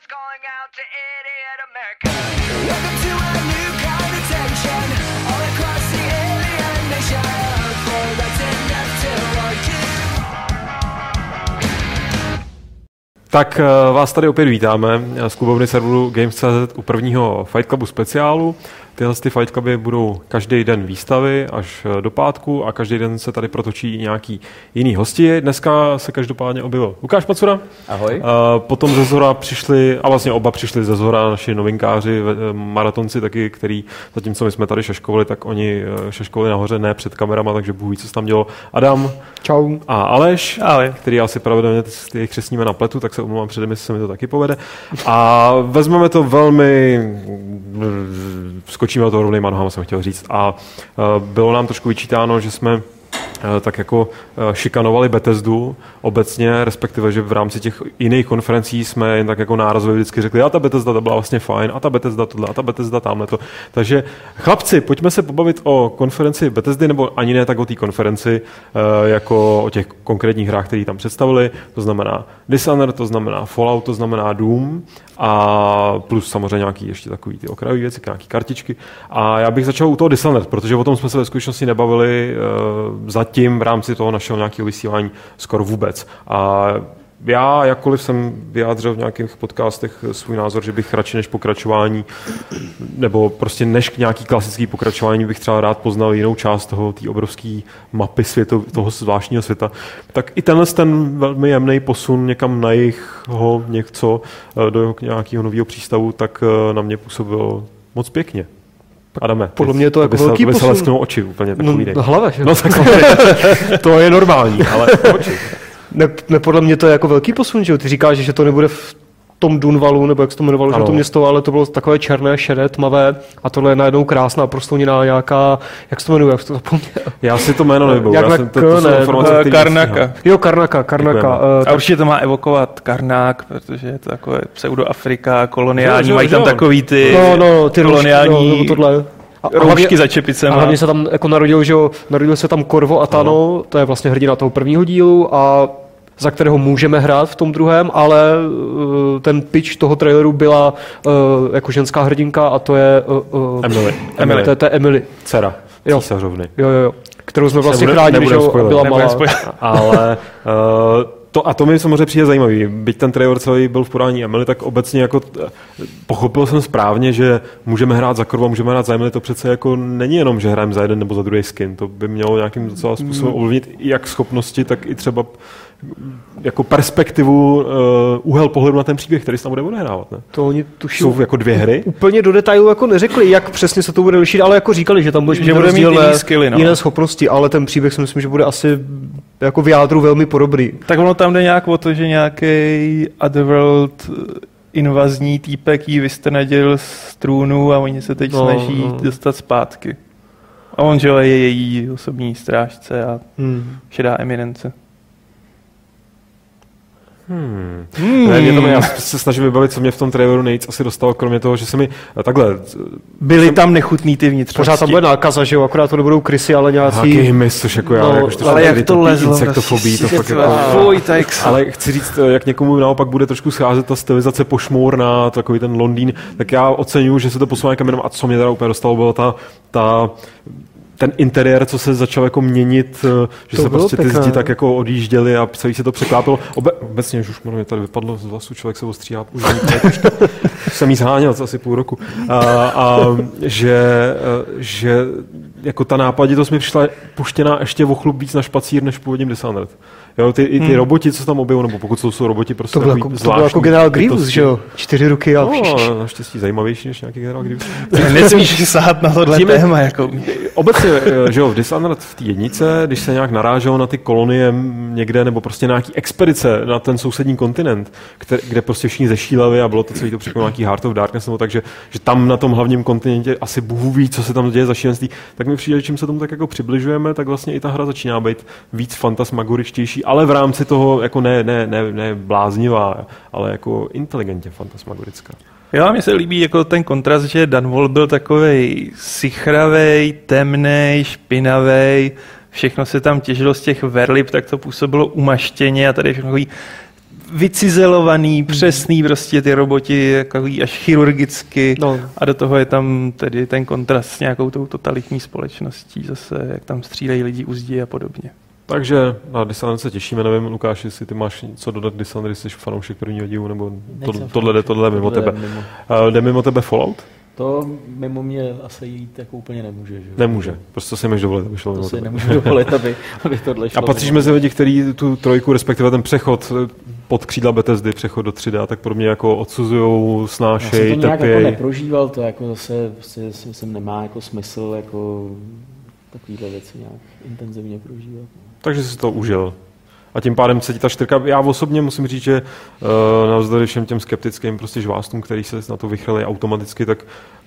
calling out to idiot America. Welcome to a new kind of tension all across the alien nation. For that's enough to argue. Tak vás tady opět vítáme z klubovny serveru Games.cz u prvního Fight Clubu speciálu. Tyhle Fight Cluby budou každý den výstavy až do pátku a každý den se tady protočí nějaký jiný hosti. Dneska se každopádně objevil Lukáš Macura. Ahoj. Potom ze Zhora přišli, a vlastně oba přišli ze Zhora, naši novinkáři, maratonci taky, který zatímco my jsme tady šaškovali, tak oni šaškovali nahoře, ne před kamerama, takže bůh ví, co se tam dělo. Adam. Čau. A Aleš, ahoj. Který asi pravidelně ty křesníme na pletu, tak se omlouvám předem, jestli se mi to taky povede. A vezmeme to velmi... skočíme do toho rovnýma nohama, jsem chtěl říct. A bylo nám trošku vyčítáno, že jsme tak jako šikanovali Bethesdu obecně, respektive, že v rámci těch jiných konferencí jsme jen tak jako nárazově vždycky řekli, a ta Bethesda to byla vlastně fajn, a ta Bethesda tohle, a ta Bethesda tamhleto. Takže chlapci, pojďme se pobavit o konferenci Bethesdy, nebo ani ne tak o té konferenci, jako o těch konkrétních hrách, které tam představili. To znamená Dishonored, to znamená Fallout, to znamená Doom a plus samozřejmě nějaký ještě takový ty okrajové věci, nějaký kartičky. A já bych začal u toho Dishonored, protože o tom jsme se ve skutečnosti nebavili zatím v rámci toho našeho nějakého vysílání skoro vůbec. A já, jakkoliv jsem vyjádřil v nějakých podcastech svůj názor, že bych radši než pokračování, nebo prostě než nějaký klasický pokračování, bych třeba rád poznal jinou část toho, té obrovské mapy světu, toho zvláštního světa, tak i ten velmi jemný posun někam na jich něco do nějakého nového přístavu, tak na mě působilo moc pěkně. Adame, podle mě je to jako velký posun. By se oči úplně takový dej. No hlava, že? No takhle, to je normální, ale oči. Ne, podle mě to je jako velký posun, že jo? Ty říkáš, že to nebude v tom Dunvalu, nebo jak se to jmenovalo, že to město, ale to bylo takové černé, šedé, tmavé a tohle je najednou krásná prostojina nějaká, jak se to jmenuje, jak to zapomněl? Já si to jméno nebyl. Karnaka. Jo, Karnaka. A určitě to má evokovat Karnak, protože je to takové pseudoafrika, koloniální, mají tam takový ty koloniální roušky za čepicema. A hlavně se tam jako narodil se tam Corvo Attano, to je vlastně hrdina toho prvního dílu a za kterého můžeme hrát v tom druhém, ale ten pitch toho traileru byla jako ženská hrdinka a to je Emily. To je Emily. Dcera císařovny. Jo. Kterou jsme vlastně chránili, že byla malá. Ale to mi samozřejmě přijde zajímavý. Byť ten trailer celý byl v podání Emily, tak obecně jako pochopil jsem správně, že můžeme hrát za Corva, můžeme hrát za Emily, to přece jako není jenom, že hrajeme za jeden nebo za druhý skin. To by mělo nějakým docela způsobem ovlivnit jak schopnosti, tak i třeba jako perspektivu, úhel pohledu na ten příběh, který se tam bude odehrávat, ne? To oni tuší. Jsou jako dvě hry? Úplně do detailu jako neřekli, jak přesně se to bude lišit, ale jako říkali, že tam bude mít jiné schopnosti, ale ten příběh si myslím, že bude asi jako v jádru velmi podobný. Tak ono tam jde nějak o to, že nějaký Otherworld invazní týpek jí vystrnadil z trůnu a oni se teď snaží dostat zpátky. A on, že je její osobní strážce a šedá eminence. Já se snažím vybavit, co mě v tom traileru nejvíc asi dostalo, kromě toho, že se mi takhle... Byly tam nechutný ty vnitřnosti. Pořád tam bude nákaza, že jo, akorát to nebudou krysy, ale nějaký... Nějaký hmyz, což jako já, ale jak to lezlo. Insektofobí, to fakt jako... Ale chci říct, jak někomu naopak bude trošku scházet ta stylizace pošmůrná, takový ten Londýn, tak já oceňuji, že se to posouvá někam jenom, a co mě teda úplně dostalo, bylo ten interiér, co se začal jako měnit, že to se prostě ty zdi tak jako odjížděly a celý se to překlápilo. Obecně, že už mě tady vypadlo z vlasu, člověk se ostříhá, už jsem jí zháněl asi půl roku. A že jako ta nápaditost mi přišla puštěná ještě o chlup víc na špacír, než původním Dishonored. Jo, ty roboti, co tam objevují, nebo pokud jsou roboti prostě takový zvláštní. To bylo jako generál Grievous, že jo? 4 ruky a... No, naštěstí zajímavější než nějaký generál Grievous. Nesmíš sahat na tohle téma. Jako... Obecně, že jo, v Dishonored v té jednice, když se nějak naráželo na ty kolonie někde, nebo prostě nějaký expedice na ten sousední kontinent, kde prostě všichni zešíleli a bylo to celý to překvapilo nějaký Heart of Darkness, nebo takže že tam na tom hlavním kontinentě asi Bůh ví, co se tam děje za šílenství, tak mi přijde, že čím se tomu tak jako přibližujeme, tak vlastně i ta hra začíná být víc fantasmagoričtější, ale v rámci toho jako ne bláznivá, ale jako inteligentně fantasmagorická. Jo, mně se líbí jako ten kontrast, že Dunwall byl takovej sichravej, temnej, špinavej, všechno se tam těžilo z těch verlip, tak to působilo umaštěně a tady všechno vycizelovaný, přesný prostě ty roboti, takový až chirurgicky a do toho je tam tedy ten kontrast s nějakou tou totalitní společností zase, jak tam střílejí lidi u zdi a podobně. Takže na Dishonored se těšíme, nevím, Lukáš, jestli ty máš co dodat Dishonored, jsi fanoušek prvního dílu, nebo tohle mimo tebe. Jde mimo tebe Fallout? To mimo mě asi jít jako úplně nemůže. Že? Nemůže, prostě si můžeš dovolit, aby šlo mimo tebe. To si nemůžu dovolit, aby tohle šlo. A patříš mezi lidi, kteří tu trojku, respektive ten přechod pod křídla Bethesdy, přechod do 3D, tak podobně jako odsuzujou, snášej, trpěj. Já jsem to nějak trpěj. jako neprožíval, to jako zase jsem nemá jako smysl jako takovýhle věci nějak intenzivně prožívat. Takže jsi to užil. A tím pádem se ti ta 4, já osobně musím říct, že navzdory všem těm skeptickým prostě žvástům, který se na to vychrali automaticky, tak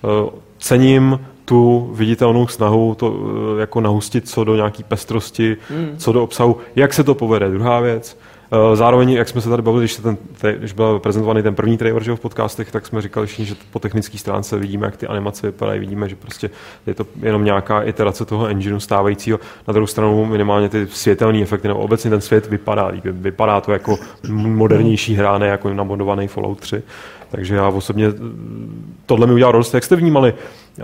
cením tu viditelnou snahu to jako nahustit co do nějaký pestrosti, co do obsahu. Jak se to povede, druhá věc. Zároveň, jak jsme se tady bavili, když byl prezentovaný ten první trailer v podcastech, tak jsme říkali všichni, že po technické stránce vidíme, jak ty animace vypadají, vidíme, že prostě je to jenom nějaká iterace toho engineu stávajícího. Na druhou stranu minimálně ty světelné efekty, nebo obecně ten svět vypadá to jako modernější hra, ne jako namodovaný Fallout 3. Takže já osobně tohle mi udělal radost. Jak jste vnímali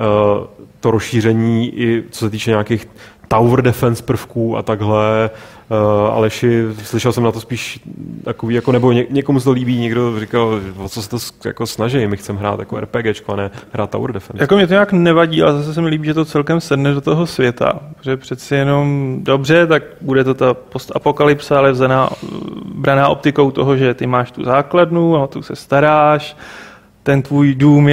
to rozšíření i co se týče nějakých tower defense prvků a takhle. Aleši, slyšel jsem na to spíš takový, jako, nebo někomu se to líbí, někdo říkal, o co se to jako snaží, my chceme hrát jako RPGčko a ne hrát tower defense. Jako mě to nějak nevadí, ale zase se mi líbí, že to celkem sedne do toho světa, že přeci jenom dobře, tak bude to ta postapokalypsa, ale braná optikou toho, že ty máš tu základnu a tu se staráš, ten tvůj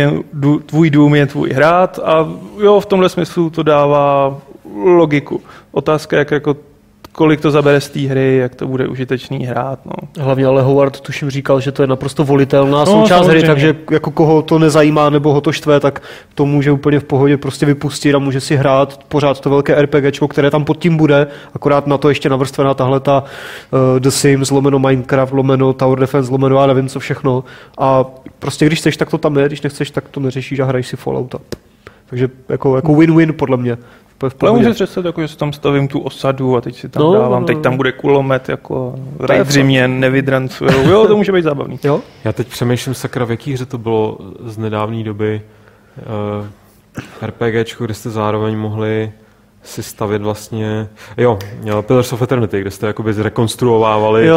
dům je tvůj hrad a jo, v tomhle smyslu to dává logiku. Otázka, kolik to zabere z té hry, jak to bude užitečný hrát. No. Hlavně ale Howard tuším říkal, že to je naprosto volitelná součást hry, takže jako koho to nezajímá nebo ho to štve, tak to může úplně v pohodě prostě vypustit a může si hrát pořád to velké RPGčko, které tam pod tím bude, akorát na to ještě navrstvená tahleta The Sims, lomeno Minecraft, lomeno Tower Defense, lomeno já nevím co všechno. A prostě když chceš, tak to tam je, když nechceš, tak to neřešíš a hraješ si Fallouta. Takže jako win-win podle mě. Ale můžeš představit, jako, že si tam stavím tu osadu a teď si tam dávám, teď tam bude kulomet, jako rajdři mě nevydrancujou. Jo, to může být zábavný. Jo? Já teď přemýšlím, sakra, v jaký hře to bylo z nedávné doby RPGčko, kde jste zároveň mohli si stavit vlastně, Pillars of Eternity, kde jste jakoby zrekonstruovávali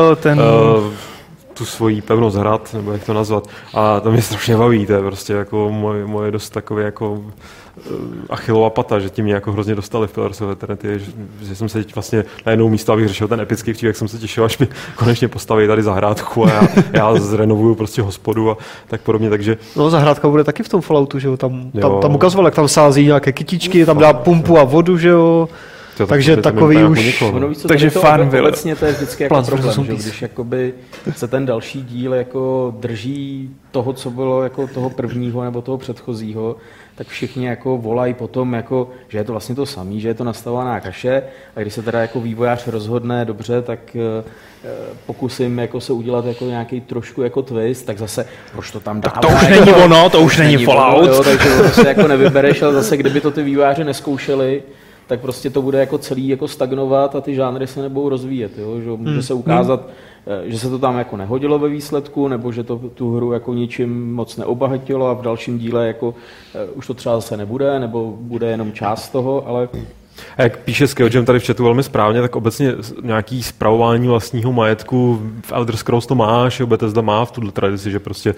tu svoji pevnost hrad, nebo jak to nazvat. A to mě strašně baví, to je prostě jako moje dost takové jako Achillova pata, že ti mě jako hrozně dostali v Pillars of Eternity, že jsem se teď vlastně na jednou místo, abych řešil ten epický příběh, jak jsem se těšil, až mi konečně postaví tady zahrádku a já zrenovuju prostě hospodu a tak podobně, takže... No zahrádka bude taky v tom Falloutu, že jo, tam ukazoval, jak tam sází nějaké kytičky, tam dá pumpu a vodu, že jo. Takže takový už... Takže Farmville. Obecně to je vždycky jako problém, že když jakoby se ten další díl jako drží toho, co bylo jako toho prvního nebo toho předchozího, tak všichni jako volají potom, jako, že je to vlastně to samý, že je to nastavovaná kaše a když se teda jako vývojář rozhodne dobře, tak pokusím jako se udělat jako nějaký trošku jako twist, tak zase proč to tam dává? To už není ono, to už není Fallout. Jo, takže to se jako nevybereš, ale zase kdyby to ty vývojáři neskoušeli, tak prostě to bude jako celý jako stagnovat a ty žánry se nebudou rozvíjet. Jo? Že může se ukázat, že se to tam jako nehodilo ve výsledku, nebo že to tu hru jako ničím moc neobohatilo a v dalším díle jako už to třeba zase nebude, nebo bude jenom část toho, ale... A jak píše Skillgem tady v chatu velmi správně, tak obecně nějaký spravování vlastního majetku v Elder Scrolls to máš, Bethesda má v tuhle tradici, že prostě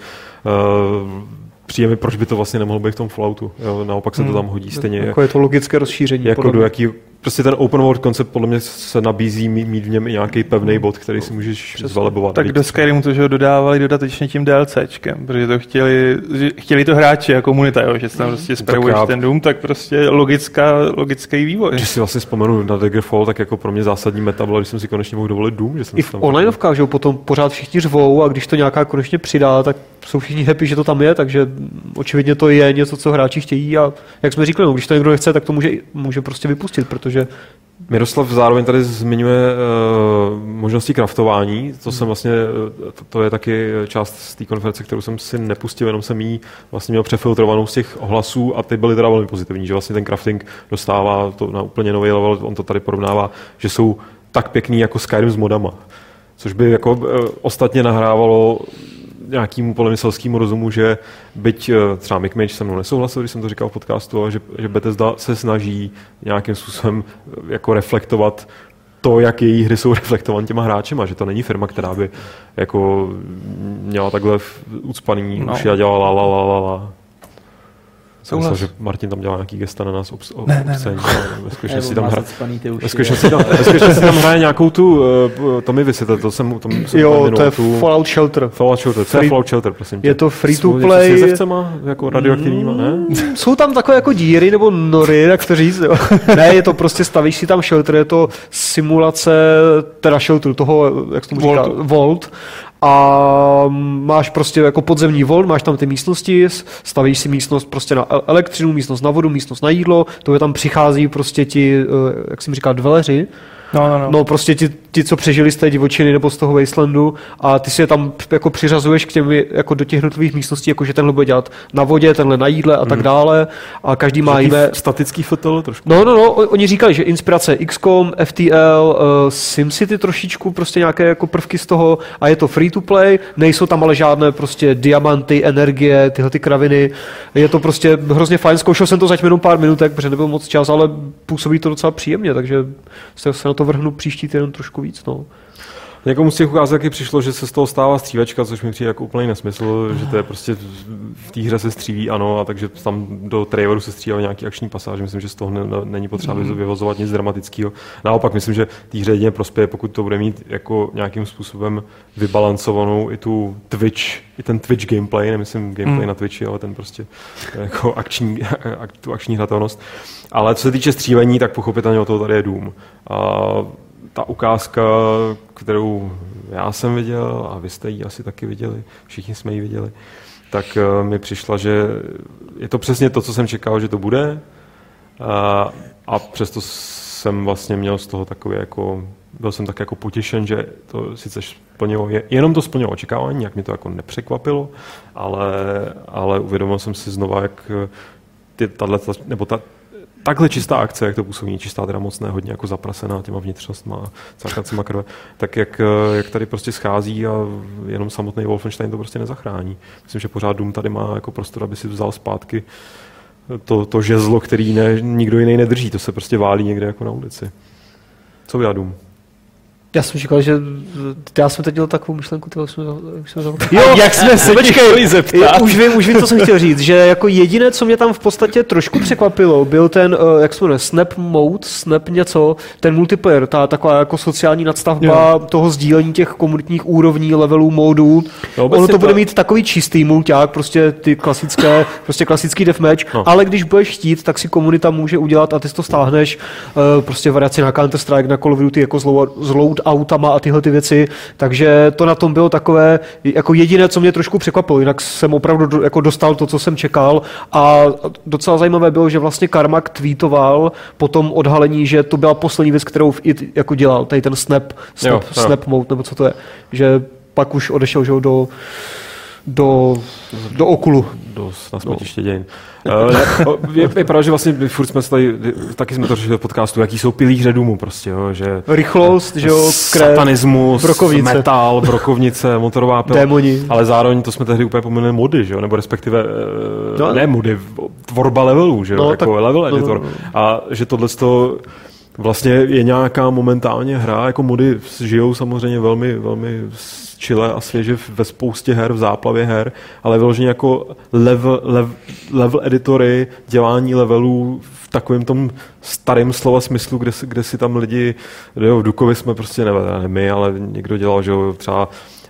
přijde mi, proč by to vlastně nemohlo být v tom Falloutu. Jo, naopak se to tam hodí stejně. Jako je to logické rozšíření. Jako do jaký, prostě ten open world koncept podle mě se nabízí mít v něm i nějaký pevný bod, který si můžeš zvelebovat. Tak do Skyrimu to, že ho dodávali dodatečně tím DLCčkem, protože to chtěli to hráči a komunita, jo, že se tam prostě spravuješ ten dům, tak prostě logický vývoj. Když si vlastně vzpomenu na Daggerfall, tak jako pro mě zásadní meta bylo, když jsem si konečně mohl dovolit dům. Že jsem i v onlineovkách, že potom pořád všichni řvou a když to nějaká konečně přidá, tak jsou všichni happy, že to tam je, takže očividně to je něco, co hráči chtějí a jak jsme říkali, když to někdo nechce, tak to může prostě vypustit, protože Miroslav zároveň tady zmiňuje možnosti craftování, to jsem vlastně, to je taky část z té konference, kterou jsem si nepustil, jenom jsem jí vlastně měl přefiltrovanou z těch ohlasů a ty byly teda velmi pozitivní, že vlastně ten crafting dostává to na úplně nový level, on to tady porovnává, že jsou tak pěkný jako Skyrim s modama. Což by jako ostatně nahrávalo nějakému polemyselskému rozumu, že byť třeba Mick Mage se mnou nesouhlasil, když jsem to říkal v podcastu, ale že Bethesda se snaží nějakým způsobem jako reflektovat to, jak její hry jsou reflektované těma hráčema, že to není firma, která by jako měla takhle ucpaný uši a dělala la. Jsem myslel, že Martin tam dělá nějaký gesta na nás obscení. Ve skutečnosti tam hraje nějakou tu, to mi vysvětlil, to jsem jo, to je Fallout Shelter. Fallout Shelter, prosím tě. Je to free to play. S jezevcema, jako radioaktivníma, ne? Jsou tam takové jako díry nebo nory, jak to říct, jo. Ne, je to prostě, stavíš si tam shelter, je to simulace, teda shelter toho, jak se tomu říká, Vault. A máš prostě jako podzemní vault, máš tam ty místnosti, stavíš si místnost prostě na elektřinu, místnost na vodu, místnost na jídlo, to je tam přichází prostě ti, jak jsem říkal, dveleři. No prostě ti, co přežili z té divočiny nebo z toho wastelandu a ty si je tam jako přiřazuješ k těm, jako do těch jednotlivých místností, jakože tenhle bude dělat na vodě, tenhle na jídle a tak dále a každý má jiné... Statický fotel trošku. No, oni říkali, že inspirace XCOM, FTL, SimCity trošičku, prostě nějaké jako prvky z toho a je to free to play, nejsou tam ale žádné prostě diamanty, energie, tyhle ty kraviny, je to prostě hrozně fajn, zkoušel jsem to zatím jenom pár minutek, protože nebyl moc čas, ale působí to docela příjemně, takže se na to vrhnu příští týden trošku víc, no. Někomu z těch ukázek taky přišlo, že se z toho stává střívačka, což mi přijde jako úplný nesmysl, že to je prostě v té hře se stříví, ano, a takže tam do traileru se střívají nějaký akční pasáže. Myslím, že z toho není potřeba vyvozovat nic dramatického. Naopak myslím, že té hře jedině prospěje, pokud to bude mít jako nějakým způsobem vybalancovanou i ten Twitch gameplay, nemyslím gameplay na Twitchi, ale ten prostě jako tu akční hratelnost. Ale co se týče střívení, tak pochopitelně o toho tady je Doom. A ta ukázka, kterou já jsem viděl a vy jste ji asi taky viděli, všichni jsme ji viděli, tak mi přišla, že je to přesně to, co jsem čekal, že to bude a přesto jsem vlastně měl z toho takový jako, byl jsem tak jako potěšen, že to sice splnilo, jenom to splnilo očekávání, jak mě to jako nepřekvapilo, ale uvědomil jsem si znova, jak takhle čistá akce, jak to působí, čistá teda moc ne, hodně jako zaprasená těma vnitřnostma a cákacíma krve, tak jak tady prostě schází a jenom samotný Wolfenstein to prostě nezachrání. Myslím, že pořád Doom tady má jako prostor, aby si vzal zpátky to žezlo, který nikdo jiný nedrží, to se prostě válí někde jako na ulici. Co udělá Doom? Já jsem říkal, že já jsem teď dělal takovou myšlenku, jak jsme se chtěli zeptat. Už vím, co jsem chtěl říct, že jako jediné, co mě tam v podstatě trošku překvapilo, byl ten, jak se jmenuje, Snap Mode, Snap něco, ten multiplayer, ta taková jako sociální nadstavba toho sdílení těch komunitních úrovní, levelů, módů. Ono to bude mít takový čistý mulťák, prostě ty klasický deathmatch, ale když budeš chtít, tak si komunita může udělat a ty si to stáhneš, prostě variaci na Counter-Strike, na Call of Duty jako z load autama a tyhle ty věci, takže to na tom bylo takové jako jediné, co mě trošku překvapilo, jinak jsem opravdu jako dostal to, co jsem čekal a docela zajímavé bylo, že vlastně Carmack tweetoval po tom odhalení, že to byla poslední věc, kterou v IT jako dělal, tady ten snap mode, nebo co to je, že pak už odešel, že do Okulu. Na smetiště dějin. Je pravda, že vlastně furt jsme tady, taky jsme to řešili v podcastu, jaký jsou pilíře Doomu prostě, jo, že rychlost, že jo, satanismus, metal, brokovnice, motorová pila, démoni. Ale zároveň to jsme tehdy úplně pomenuli mody, že jo, nebo respektive ne mody, tvorba levelů, že jo, jako level editor. A že tohleto vlastně je nějaká momentálně hra, jako mody žijou samozřejmě velmi, velmi chile a svěže ve spoustě her, v záplavě her, ale vyloženě jako level editory, dělání levelů v takovém tom starém slova smyslu, kde si tam lidi, v Dukovi jsme prostě ne my, ale někdo dělal, že jo, třeba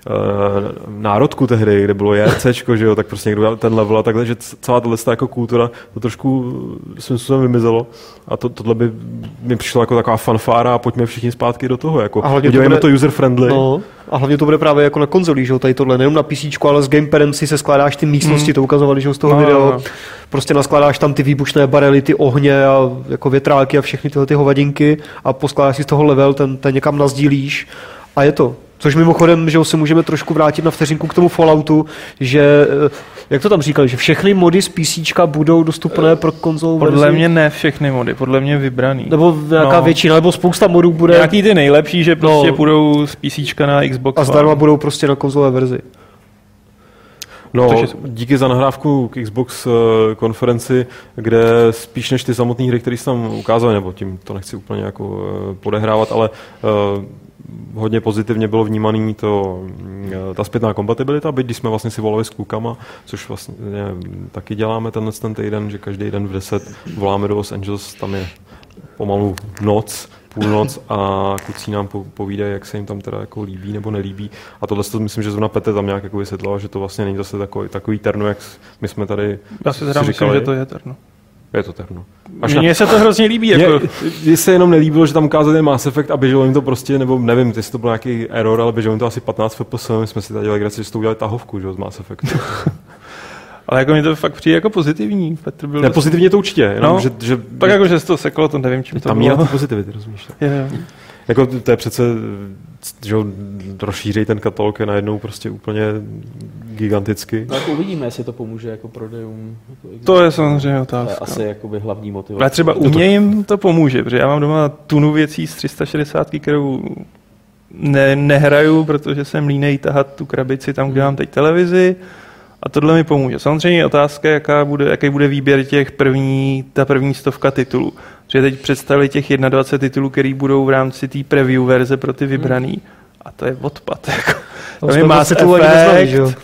národku tehdy, kde bylo JRCčko, že jo, tak prostě někdo ten level a takhle, že celá tohle jako kultura to trošku svým způsobem vymizelo a tohle by mi přišlo jako taková fanfára a pojďme všichni zpátky do toho, jako udělejme to user-friendly. No, a hlavně to bude právě jako na konzolí, že jo, tady tohle, nejenom na PCčku, ale s gamepadem si se skládáš ty místnosti, to ukazovali, že jo, z toho videa, prostě naskládáš tam ty výbušné barely, ty ohně a jako větráky a všechny tyhle ty hovadinky a poskládáš si z toho level, ten někam nazdílíš a je to. Což mimochodem, že se můžeme trošku vrátit na vteřinku k tomu Falloutu, že Jak to tam říkali, že všechny mody z PCčka budou dostupné pro konzolovou verzi? Podle mě ne všechny mody, podle mě vybraný. Nebo nějaká většina, nebo spousta modů bude... Nějaký ty nejlepší, že prostě půjdou z PCčka na Xbox a zdarma budou prostě na konzolové verzi. No, díky za nahrávku k Xbox konferenci, kde spíš než ty samotné hry, které se tam ukázaly, nebo tím to nechci úplně jako podehrávat, ale hodně pozitivně bylo vnímaný ta zpětná kompatibilita, byť když jsme vlastně si volali s klukama, což vlastně taky děláme ten týden, že každý den v 10 voláme do Los Angeles, tam je pomalu půlnoc a kluci nám povídají, jak se jim tam teda jako líbí nebo nelíbí. A tohle to myslím, že zrovna Petr tam nějak jako vysvětloval, že to vlastně není zase takový terno, jak my jsme tady Já si teda myslím, že to je terno. Je to terno. Mně se to hrozně líbí. Jako... Mně se jenom nelíbilo, že tam ukázali Mass Effect a běželo jim to prostě, nebo nevím, jestli to byl nějaký error, ale běželo jim to asi 15 FPS, my jsme si tady dělali graci, že to udělali tahovku, že, z Mass Effectu. Ale jako mi to fakt přijde jako pozitivní. Petr byl pozitivně to určitě, jenom, že tak jako, že se to seklo, to nevím, čím to tam bylo. Tam míra ty pozitivity, rozumíš? Jako to je přece, že rozšíří ten katalog je najednou prostě úplně giganticky. No jako uvidíme, jestli to pomůže jako prodejům. Jako to je samozřejmě otázka. To je asi jakoby hlavní motivace. Ale třeba u mě jim to pomůže, protože já mám doma tunu věcí z 360, kterou nehraju, protože jsem línej tahat tu krabici tam, kde mám teď televizi. A tohle mi pomůže. Samozřejmě je otázka, jaký bude výběr ta první 100 titulů. Protože teď představili těch 21 titulů, který budou v rámci té preview verze pro ty vybraný. A to je odpad. Jako. Tam je Mass Effect,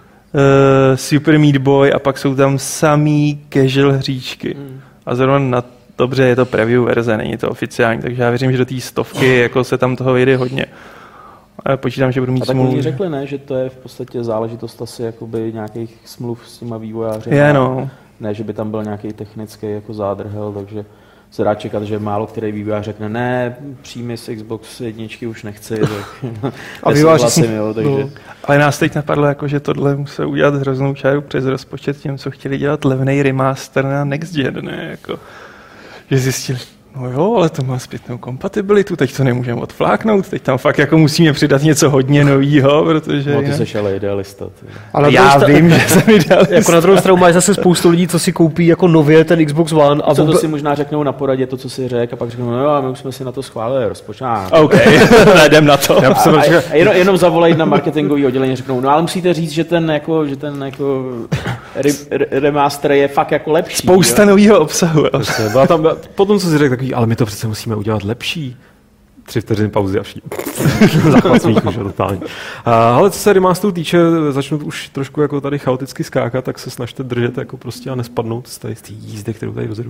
Super Meat Boy a pak jsou tam samý casual hříčky. A zrovna dobře, je to preview verze, není to oficiální, takže já věřím, že do té 100 jako se tam toho jede hodně. A počítám, že budu mít smlouvu. A tak oni řekli, ne, že to je v podstatě záležitost asi jakoby nějakých smluv s těma vývojáři. Ne, že by tam byl nějaký technický jako zádrhel, takže se dá čekat, že málo který vývojář řekne, ne, příjmy z Xbox 1 už nechci, tak a vývojáři takže... No. Ale nás teď napadlo, jako, že tohle musel udělat hroznou čáru přes rozpočet těm, co chtěli dělat levnej remaster na Next Gen, ne, jako, že zjistili, no jo, ale to má zpětnou kompatibilitu, teď to nemůžeme odfláknout, teď tam fakt jako musíme přidat něco hodně novýho, protože... No ty seš ale idealista. Ale já vím, že jsem idealista. Jako na druhou stranu máš zase spoustu lidí, co si koupí jako nově ten Xbox One. A to si možná řeknou na poradě to, co si řekl, a pak řeknou, no jo, a my už jsme si na to schválili rozpočet. OK, jdem na to. A jenom zavolají na marketingový oddělení a řeknou, no ale musíte říct, že ten remaster je fakt jako lepší. Spousta novýho obsahu. Potom, co si řekl takový, ale my to přece musíme udělat lepší. 3 vteřiny pauzy a všichni. Základ smíchu, že totálně. Ale co se remasteru týče, začnu už trošku jako tady chaoticky skákat, tak se snažte držet jako prostě a nespadnout z té jízdy, kterou tady vzedu.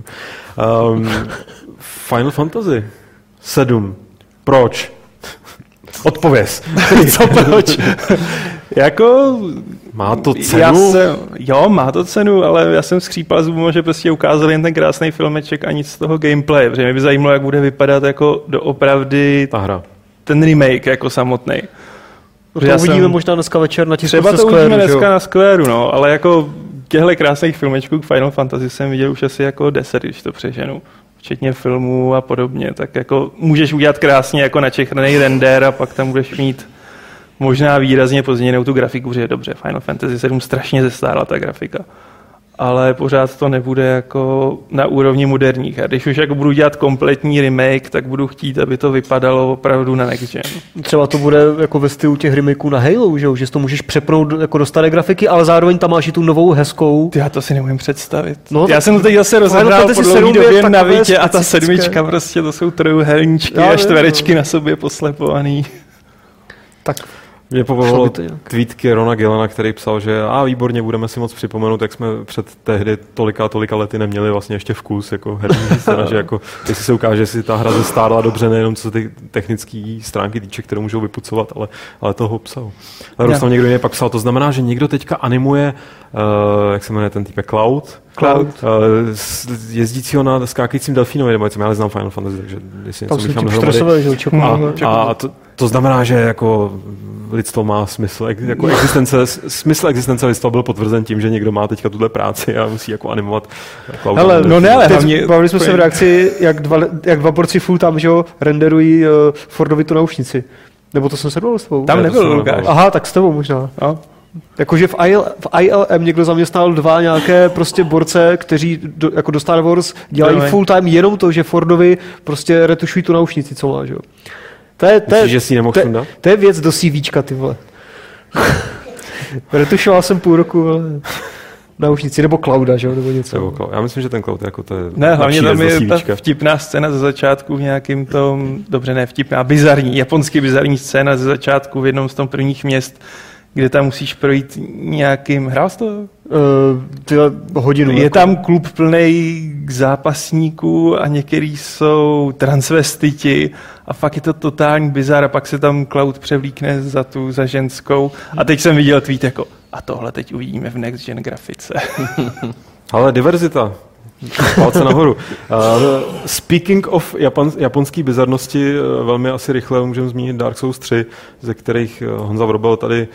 Final Fantasy 7. Proč? Odpověz. Co proč? Jako... Má to cenu? Má to cenu, ale já jsem skřípal zubama, že prostě ukázali jen ten krásný filmeček a nic z toho gameplay, protože mě by zajímalo, jak bude vypadat jako doopravdy ta hra. Ten remake jako samotný. To uvidíme možná dneska večer na tiskovce Square. Třeba to uvidíme dneska na Square, no, ale jako těchto krásných filmečků k Final Fantasy jsem viděl už asi jako 10, když to přeženu. Včetně filmů a podobně, tak jako můžeš udělat krásně jako načechraný render a pak tam budeš mít možná výrazně pozměněnou tu grafiku, že je dobře, Final Fantasy 7 strašně zestárla ta grafika. Ale pořád to nebude jako na úrovni moderních. A když už jako budu dělat kompletní remake, tak budu chtít, aby to vypadalo opravdu na next gen. Třeba to bude jako ve stylu těch remakeů na Halo, že to můžeš přepnout jako do staré grafiky, ale zároveň tam máš i tu novou hezkou. Já to si neumím představit. No, já jsem to teď zase rozehrál po dlouhé době na Vítě a ta 7 prostě to jsou trojuhelníčky a čtverečky na sobě poslepovaný. Tak mě pobavilo tweetky Rona Gillana, který psal, že výborně, budeme si moc připomenout, jak jsme před tehdy tolika lety neměli vlastně ještě vkus jako herní scéna, že jako, jestli se ukáže, jestli ta hra zestárla dobře, nejenom co ty technické stránky týče, které můžou vypucovat, ale toho psal. Ale Rustam někdo jiný pak psal, to znamená, že někdo teďka animuje, jak se jmenuje ten typ, Cloud, jezdícího na skákajícím delfínovi, nebo já neznám Final Fantasy, takže jestli něco bych tam dohromady. A to znamená, že jako lidstvo má smysl, jako smysl existence lidstva byl potvrzen tím, že někdo má teďka tuhle práci a musí jako animovat Cloud. Ale bavili jsme se v reakci, jak dva borci full tam, že renderují Fordovi tu naušnici. Nebo to jsem se s tebou? Tam nebyl Lukáš. Aha, tak s tebou možná. No. Jakože v ILM někdo zaměstnal 2 nějaké prostě borce, kteří jako do Star Wars dělají full time jenom to, že Fordovi prostě retušují tu naušnici, co má, že jo. Myslíš, že si ji nemohl sundat? To je věc do CVčka, ty vole. Retušoval jsem půl roku, ale naušnici, nebo Clouda, že jo, nebo něco. Já myslím, že ten Cloud jako to je... Ne, hlavně tam je ta vtipná scéna ze začátku v nějakým tom, dobře ne vtipná, japonský bizarní scéna ze začátku v jednom z tom prvních měst, kde tam musíš projít nějakým... Hrál jsi to? Hodinu. Je tam klub plnej zápasníků a některý jsou transvestiti a fakt je to totální bizar a pak se tam Cloud převlíkne za ženskou a teď jsem viděl tweet jako a tohle teď uvidíme v Next Gen grafice. Ale diverzita. Palce nahoru. Speaking of japonský bizarnosti, velmi asi rychle můžeme zmínit Dark Souls 3, ze kterých Honza Vrobel tady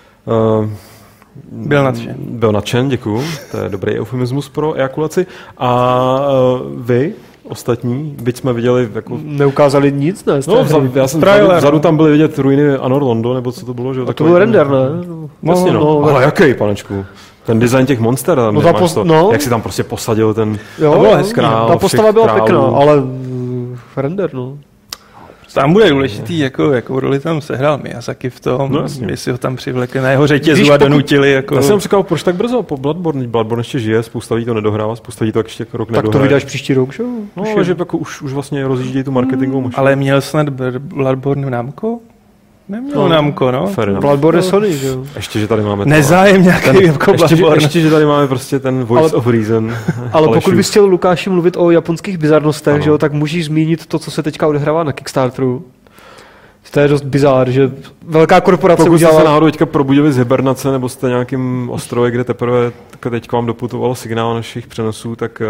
Byl nadšen, děkuju. To je dobrý eufemismus pro ejakulaci. A vy, ostatní, byť jsme viděli... Jako... Neukázali nic, ne? Já jsem vzadu tam byly vidět ruiny Anor Londo, nebo co to bylo? Že? A to byl render, ne? Jasně, no. Ale jaký, panečku? Ten design těch monster, jak si tam prostě posadil ten... Jo, ta postava byla pěkná, ale render, no. Tam bude důležitý, jakou roli tam sehrál Miyazaki v tom, jestli ho tam přivlekli na jeho řetězu a donutili. Jako... Já jsem říkal, proč tak brzo po Bloodborne? Bloodborne ještě žije, spousta lidí to nedohrává, spousta lidí to ještě rok nedohraje. Tak to vydáš příští rok, že? No, ale že jako už vlastně rozjíždějí tu marketingovou mašinu. Ale měl snad Bloodborne Namco? Neměl Namco, no. Bloodborne Sony, že jo. Ještě, že tady máme... Nezájem nějaký jako Bloodborne. Ještě, že tady máme prostě ten voice of reason. Ale pokud bys chtěl, Lukáši, mluvit o japonských bizarnostech, že jo, tak můžeš zmínit to, co se teďka odehrává na Kickstarteru. To je dost bizár, že velká korporace pokud udělala... Pokud jste se náhodou teďka probudili z hibernace, nebo jste nějakým ostrově, kde teprve teďka vám doputoval signál našich přenosů, tak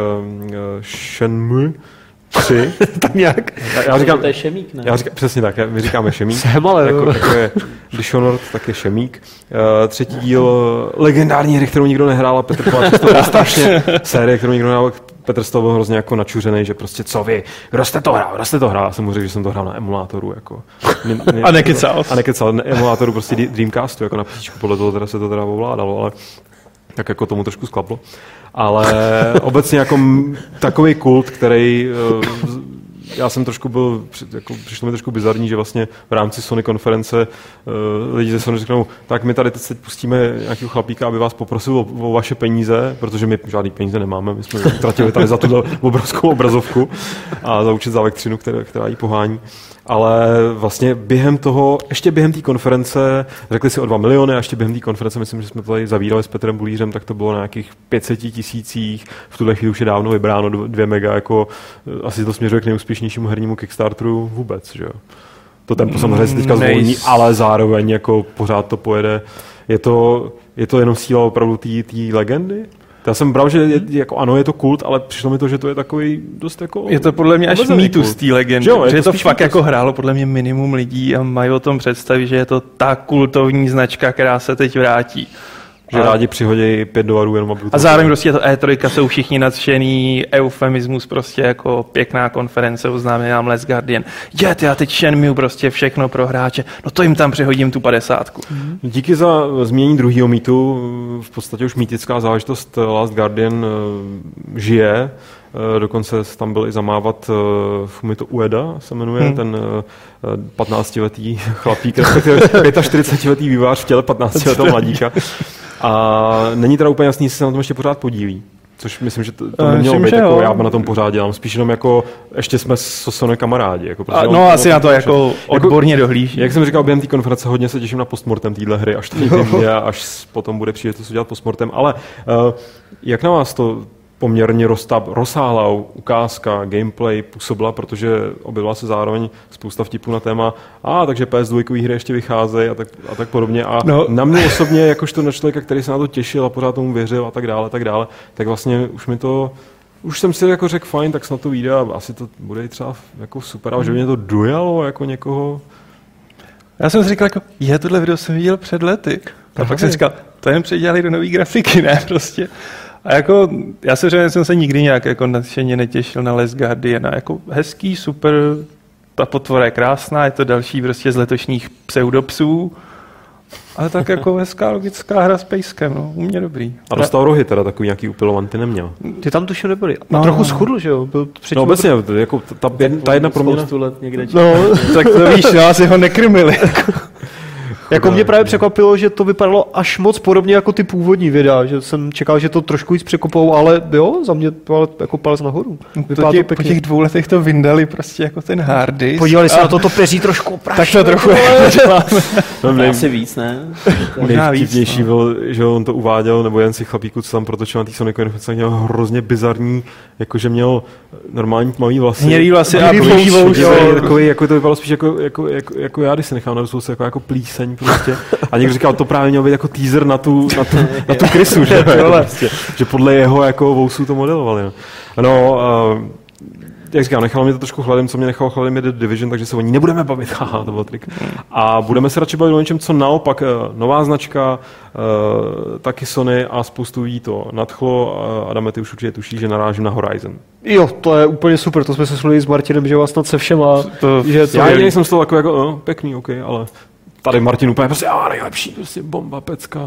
Shenmue 3. Tak nějak. Já říkám, to je šemík, ne? Já říkám, přesně tak, my říkáme šemík. Jsem ale, jako je Dishonored, tak je šemík. Třetí díl legendární hry, kterou nikdo nehrál, a Petr Kováček, to je strašně série, kterou nikdo nehrál. Petr z toho byl hrozně jako načuřenej, že prostě co vy, kdo jste to hrál? Já jsem mu řekl, že jsem to hrál na emulátoru. Jako. A nekecal, na emulátoru prostě Dreamcastu, jako na písíčku, podle toho teda se to teda ovládalo, ale tak jako tomu trošku sklaplo. Ale obecně jako takový kult, který já jsem trošku byl, jako, přišlo mi trošku bizarní, že vlastně v rámci Sony konference lidi ze Sony řeknou, tak my tady teď pustíme nějakého chlapíka, aby vás poprosil o vaše peníze, protože my žádný peníze nemáme, my jsme utratili tady za tu obrovskou obrazovku a za účet za elektřinu, která jí pohání. Ale vlastně během té konference řekli si o 2 miliony a ještě během té konference, myslím, že jsme to tady zavírali s Petrem Bulířem, tak to bylo na nějakých 500 000, v tuhle chvíli už je dávno vybráno 2 mega, jako asi to směřuje k nejúspěšnějšímu hernímu Kickstarteru vůbec, že jo. To tempo samozřejmě se teďka zvolní, ale zároveň jako pořád to pojede. Je to jenom síla opravdu té legendy? Já jsem bral, že jako ano, je to kult, ale přišlo mi to, že to je takový dost jako... Je to podle mě až mýtus té legendy, že to fakt jako hrálo podle mě minimum lidí a mají o tom představit, že je to ta kultovní značka, která se teď vrátí. Že rádi přihodí $5 jenom, aby... A zároveň prostě to E3 jsou všichni nadšený, eufemismus prostě jako pěkná konference, oznámí nám Last Guardian. Já teď Shenmue prostě všechno pro hráče, no to jim tam přihodím tu 50. Díky za změnění druhého mýtu, v podstatě už mýtická záležitost Last Guardian žije, dokonce tam byl i zamávat Fumito Ueda, se jmenuje, ten 15letý chlapík, respektive 45letý vývojář v těle 15letého mladíka. A není teda úplně jasný, jestli se na tom ještě pořád podílí. Což myslím, že to nemělo být, jako já na tom pořád dělám. Spíš jenom jako, ještě jsme s Sony kamarádi. Jako, no asi na to jako odborně dohlíží. Jak jsem říkal během té konference, hodně se těším na postmortem téhle hry, až to někdy a až potom bude příležitost udělat postmortem. Ale jak na vás to poměrně rozsáhlá ukázka, gameplay působila, protože objevila se zároveň spousta vtipů na téma, takže PS2 hry ještě vycházejí a tak podobně. A na mě osobně, jakožto na člověka, který se na to těšil a pořád tomu věřil a tak dále, tak vlastně už jsem si jako řekl, fajn, tak snad to vyjde a asi to bude třeba jako super, ale že mě to dojalo jako někoho. Já jsem si říkal, jako, tohle video jsem viděl před lety. A pak jsem říkal, to jen předělali do nový grafiky, ne prostě. A jako, já jsem se nikdy nějak jako nadšeně netěšil na Last Guardiana. Jako hezký, super, ta potvora je krásná, je to další prostě z letošních pseudopsů. Ale tak jako hezká logická hra s pejskem, no, u mě dobrý. A dostal rohy teda, takový nějaký upilovan, ty neměl. Ty tam tuším nebyli. A trochu schudl, že jo? Byl No obecně, jako ta jedna proměna. Spoustu let někde No, Tak to víš, no, asi ho nekrmili. jako mě právě překvapilo, že to vypadalo až moc podobně jako ty původní videa, že jsem čekal, že to trošku víc překopou, ale jo, za mě to ale jako palec nahoru. Vypadá to Po těch 2 letech to vyndali prostě jako ten hard disk. Podívali se na to peří trošku Tak to trochu asi víc, ne? Nejvtipnější bylo, že on to uváděl, nebo jen si chlapíku, co tam protočil na té Sony konferenci, měl hrozně bizarní, jakože měl normální tmavý vlasy. Hnědý vlasy a takový, jako to vypadalo spíš jako já, když se nechám na rozsouce, jako plíseň prostě. A někdo říkal, to právě měl být jako teaser na tu krysu, že? Jako prostě, že podle jeho jako vousů to modelovali. No, jak říkám, nechalo mě to trošku chladem, co mě nechalo chladem je The Division, takže se o ní nebudeme bavit, haha, to byl trik. A budeme se radši bavit o něčem, co naopak nová značka, taky Sony a spoustu lidí to nadchlo. Adame, ty už určitě tuší, že narážím na Horizon. Jo, to je úplně super, to jsme se shodli s Martinem, že vás snad se všema. Já jsem z toho takový jako, pěkný, OK, ale tady Martin úplně prostě, nejlepší, prostě bomba, pecka.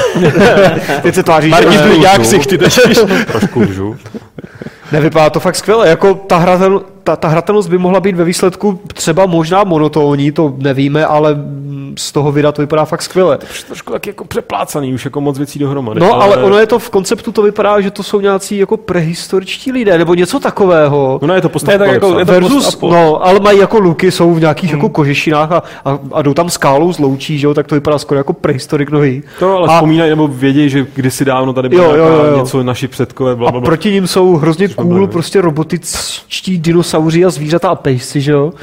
Teď se tváří, Martin jak ksichty teď. Trošku lžu. Nevypadá to fakt skvěle, jako ta hratelnost by mohla být ve výsledku třeba možná monotónní, to nevíme, ale z toho videa to vypadá fakt skvěle. Trošku tak jako přeplácaný, už jako moc věcí dohromady. No, ale ono je to v konceptu, to vypadá, že to jsou nějací jako prehistoričtí lidé, nebo něco takového. No, je to versus, no, ale mají jako luky, jsou v nějakých jako kožešinách a jdou tam skálou z loučí, že jo, tak to vypadá skoro jako prehistorik nový. To ale vzpomínají, nebo vědějí, že kdysi dávno tady bylo něco naši předkové, blablabla. A proti nim jsou hrozně cool prostě robotičtí dinosauři a zvířata a pejsci, že jo.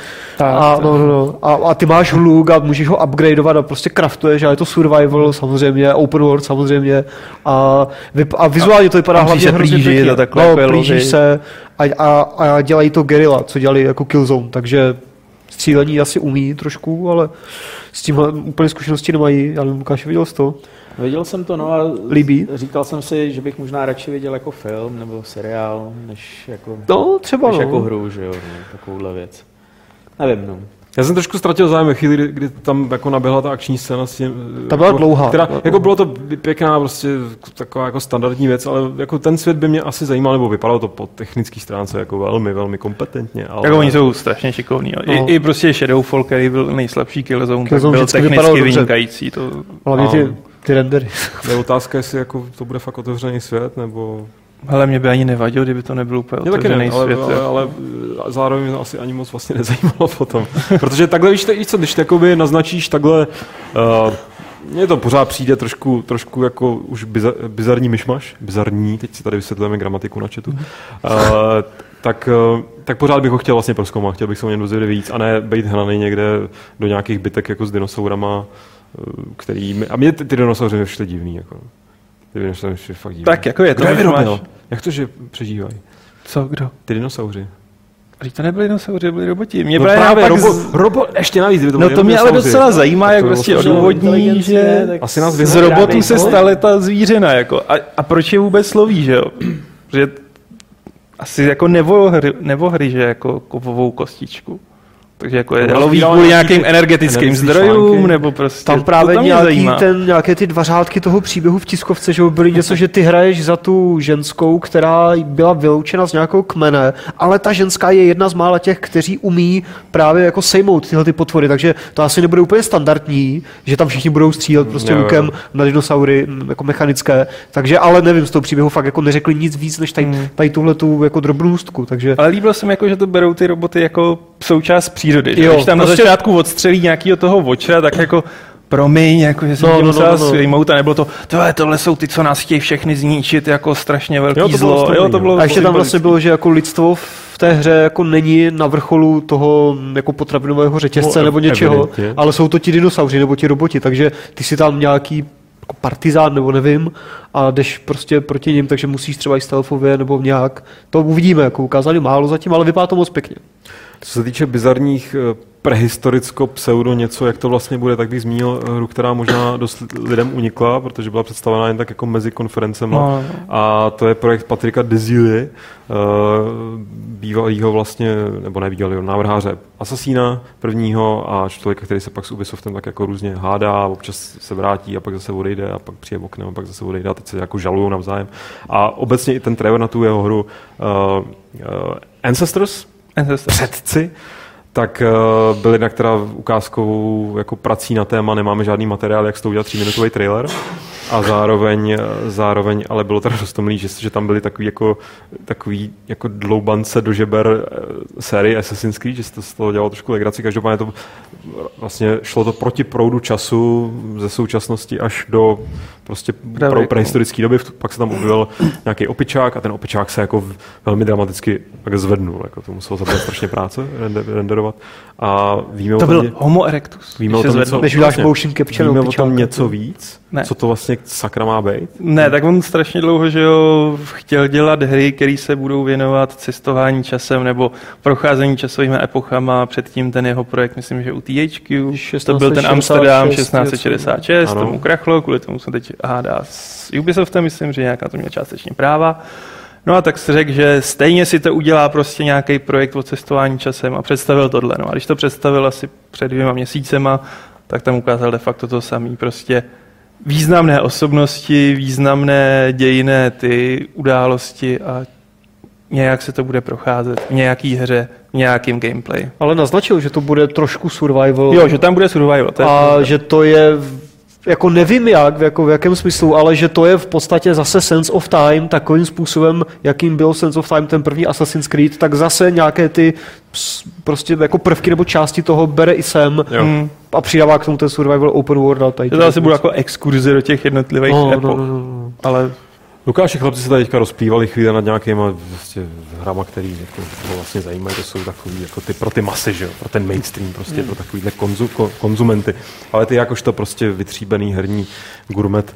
A ty máš luk a můžeš ho upgradeovat a prostě craftuješ, a je to survival samozřejmě, open world samozřejmě a vizuálně to vypadá hlavně hrozně pěkně. Plížíš se a dělají to Guerrilla, co dělali jako Killzone, takže střílení asi umí trošku, ale s tímhle úplně zkušenosti nemají. Já nevím, Lukáš, viděl jsi to? Viděl jsem to, no a líbí? Říkal jsem si, že bych možná radši viděl jako film nebo seriál, než jako, jako hru, že jo, takovouhle věc. Nevím, no. Já jsem trošku ztratil zájem ve chvíli, kdy tam jako naběhla ta akční scéna s tím. Ta byla dlouhá. Jako bylo to pěkná, prostě taková jako standardní věc, ale jako ten svět by mě asi zajímal, nebo vypadalo to po technické stránce jako velmi, velmi kompetentně. Ale... Tak oni jsou strašně šikovní. No. I prostě Shadowfall, který byl nejslabší Killzone, tak byl technicky vynikající. Hlavně ty rendery. Je otázka, jestli jako to bude fakt otevřený svět, nebo... Ale mě by ani nevadilo, kdyby to nebyl úplně otevřený svět. Ale zároveň mě asi ani moc vlastně nezajímalo potom. Protože takhle, víš co, když takoby naznačíš takhle, mně to pořád přijde trošku jako už bizarní myšmaš, bizarní, teď si tady vysvětlujeme gramatiku na chatu, tak pořád bych ho chtěl vlastně prozkoumat, chtěl bych se o něm dozvědět víc a ne být hnaný někde do nějakých bytek jako s dinosaurama, a mě ty dinosauři mě přišly divný, jako. Ty dinosauři přišly fakt divný. Tak jako je to, jak to, že přežívají? Co, kdo? Ty dinosauři. Říct, to nebyli dinosauři, byli roboti. Mě právě robot, ještě navíc. To mě ale docela zajímá, jak prostě odůvodní, že z robotů se stala ta zvířina, jako. A proč je vůbec loví, že jo? Že asi jako nevohry, že jako kovovou kostičku. Takže jako je loví kvůli nějakým energetickým zdrojům, nebo prostě... Tam právě nějaké ty dva řádky toho příběhu v tiskovce, že byly něco, že ty hraješ za tu ženskou, která byla vyloučena z nějakého kmene, ale ta ženská je jedna z mála těch, kteří umí právě jako sejmout tyhle ty potvory, takže to asi nebude úplně standardní, že tam všichni budou střílet prostě lukem na dinosaury jako mechanické, takže ale nevím, z toho příběhu fakt jako neřekli nic víc, než tady tuhle tu jako drobnůstku, takže... Ale líbilo se mi jako, že to berou ty roboty jako součást přírody. Když tam prostě... na začátku odstřelí nějakýho toho vočera, tak jako promiň, jako, že jsem musel svýmout a nebylo to, tohle jsou ty, co nás chtějí všechny zničit, jako strašně velký zlo. To bylo a ještě tam vlastně bylo, že jako lidstvo v té hře jako není na vrcholu toho jako potravinového řetězce nebo něčeho, evidentně. Ale jsou to ti dinosauři nebo ti roboti, takže ty si tam nějaký jako partizán nebo nevím a jdeš prostě proti nim, takže musíš třeba i stealthově nebo nějak. To uvidíme, jako ukázali málo zatím, ale vypadá to moc pěkně. Co se týče bizarních prehistoricko-pseudo něco, jak to vlastně bude, tak bych zmínil hru, která možná dost lidem unikla, protože byla představená jen tak jako mezi konferencema. A to je projekt Patrika Desilly, bývalýho vlastně, nebo nebývalýho návrháře Assassina prvního a člověka, který se pak s Ubisoftem tak jako různě hádá, občas se vrátí a pak zase odejde a pak přijde oknem a pak zase odejde a teď se jako žalujou navzájem. A obecně i ten trailer na tu jeho hru Ancestors, předci, tak byl jednak teda ukázkovou jako prací na téma, nemáme žádný materiál, jak z toho udělat 3-minutový trailer a zároveň ale bylo teda dost tomlý, že tam byly takový jako dloubance do žeber série Assassin's Creed, že se to z toho dělalo trošku legraci, každopádně to vlastně šlo to proti proudu času ze současnosti až do prostě prehistorické doby, pak se tam objevil nějaký opičák a ten opičák se jako velmi dramaticky tak zvednul, jako to muselo zabrat strašně práce renderovat a víme to o tom, byl Homo erectus. Víme o tom něco, než uděláš motion capture víme o tom něco víc? Ne. Co to vlastně sakra má být? Ne, tak on strašně dlouho, že jo, chtěl dělat hry, které se budou věnovat cestování časem nebo procházení časovými epochama. Předtím ten jeho projekt, myslím, že u THQ, to byl ten Amsterdam 1666, tomu krachlo, kvůli tomu se teď hádá s Ubisoftem, myslím, že nějaká to měla částečně práva. No a tak si řekl, že stejně si to udělá prostě nějaký projekt o cestování časem a představil tohle. No a když to představil asi před 2 měsícema, tak tam ukázal de facto to samé. Prostě významné osobnosti, významné dějinné ty události a nějak se to bude procházet v nějaký hře, v nějakým gameplay. Ale naznačil, že to bude trošku survival. Jo, že tam bude survival. A že to je, jako nevím jak, jako v jakém smyslu, ale že to je v podstatě zase Sense of Time takovým způsobem, jakým byl Sense of Time ten první Assassin's Creed, tak zase nějaké ty prostě jako prvky nebo části toho bere i sem a přidává k tomu ten survival open world. To zase bude jako exkurze do těch jednotlivých epoch. No. Ale Lukáš, chlapci se tady teďka rozplývali chvíli nad nějakýma vlastně hrama, který jako vlastně zajímají, to jsou takový jako pro ty masy, že jo, pro ten mainstream, prostě pro takovýhle konzumenty. Ale ty jakožto prostě vytříbený herní gurmet.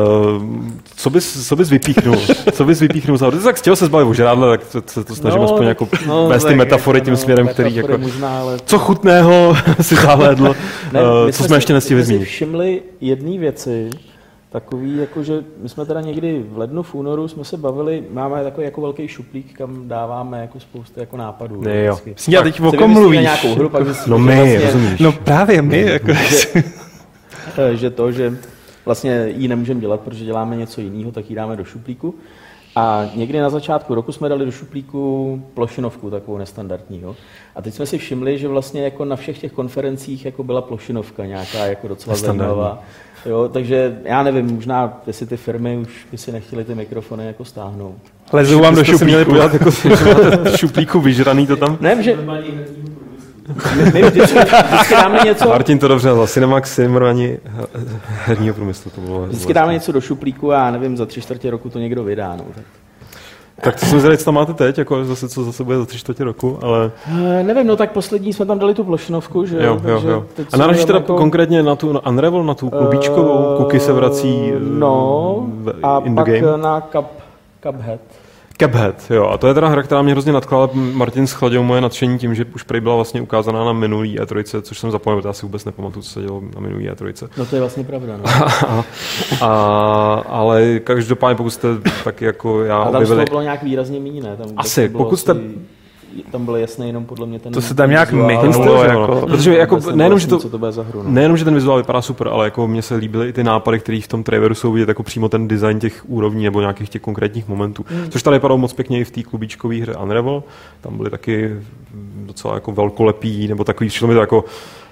Co bys vypíchnul? Co bys vypíchnul? Ty jsi tak chtěl se zbavit o žrádle, tak se to snažím aspoň jako vést ty metafory tím směrem, který jako... Možná, ale... Co chutného si zahlédl? Co jsme ještě nestihli zmínit? My si všimli jedné věci, takový, jakože my jsme teda někdy v lednu, v únoru jsme se bavili, máme takový jako velký šuplík, kam dáváme jako spoustu jako nápadů. Ne, jo. Já teď o kom mluvíš? Nějakou hru, pak zjistíme, no my, vlastně, rozumíš. No právě my. Jako... že vlastně ji nemůžeme dělat, protože děláme něco jiného, tak ji dáme do šuplíku. A někdy na začátku roku jsme dali do šuplíku plošinovku, takovou nestandardní. Jo? A teď jsme si všimli, že vlastně jako na všech těch konferencích jako byla plošinovka nějaká jako docela zajímavá. Jo, takže já nevím, možná jestli ty firmy už by si nechtěly ty mikrofony jako stáhnout. Lezou vám do šuplíku. Jako šuplíku vyžraný to tam? Ne, že... My vždycky dáme něco... Martin to dobře nazval, Cinemax, Simrani herního průmyslu. To bylo vždycky dáme něco do šuplíku a nevím, za 3/4 roku to někdo vydá. No, tak to jsem zvěděl, co tam máte teď, jako zase, co zase bude za 3/4 roku, ale... Nevím, no tak poslední jsme tam dali tu plošinovku, že jo. A narážíš teda jako... konkrétně na tu Unravel, na tu klubíčkovou, Cookie se vrací a in pak the game? Na Cuphead. Cuphead, jo. A to je teda hra, která mě hrozně nadchla, ale Martin schladil moje nadšení tím, že už prý byla vlastně ukázaná na minulý E3, což jsem zapomněl, protože já si vůbec nepamatuju, co se dělo na minulý E3. No to je vlastně pravda, no. Ale každopádně, pokud jste taky jako já objevili... A tam to bylo nějak výrazně méně, ne? Tam asi, pokud jste... Tam byl jasný jenom podle mě ten... To se tam nějak myhnulo, jako... Protože jako nejenom, že to... Co to bude za hru, no. Nejenom, že ten vizuál vypadá super, ale jako mně se líbily i ty nápady, které v tom traileru jsou vidět, jako přímo ten design těch úrovní nebo nějakých těch konkrétních momentů. Což tady vypadalo moc pěkně i v té klubíčkové hře Unravel. Tam byly taky docela jako velkolepý, nebo takový, přišlo mi to jako...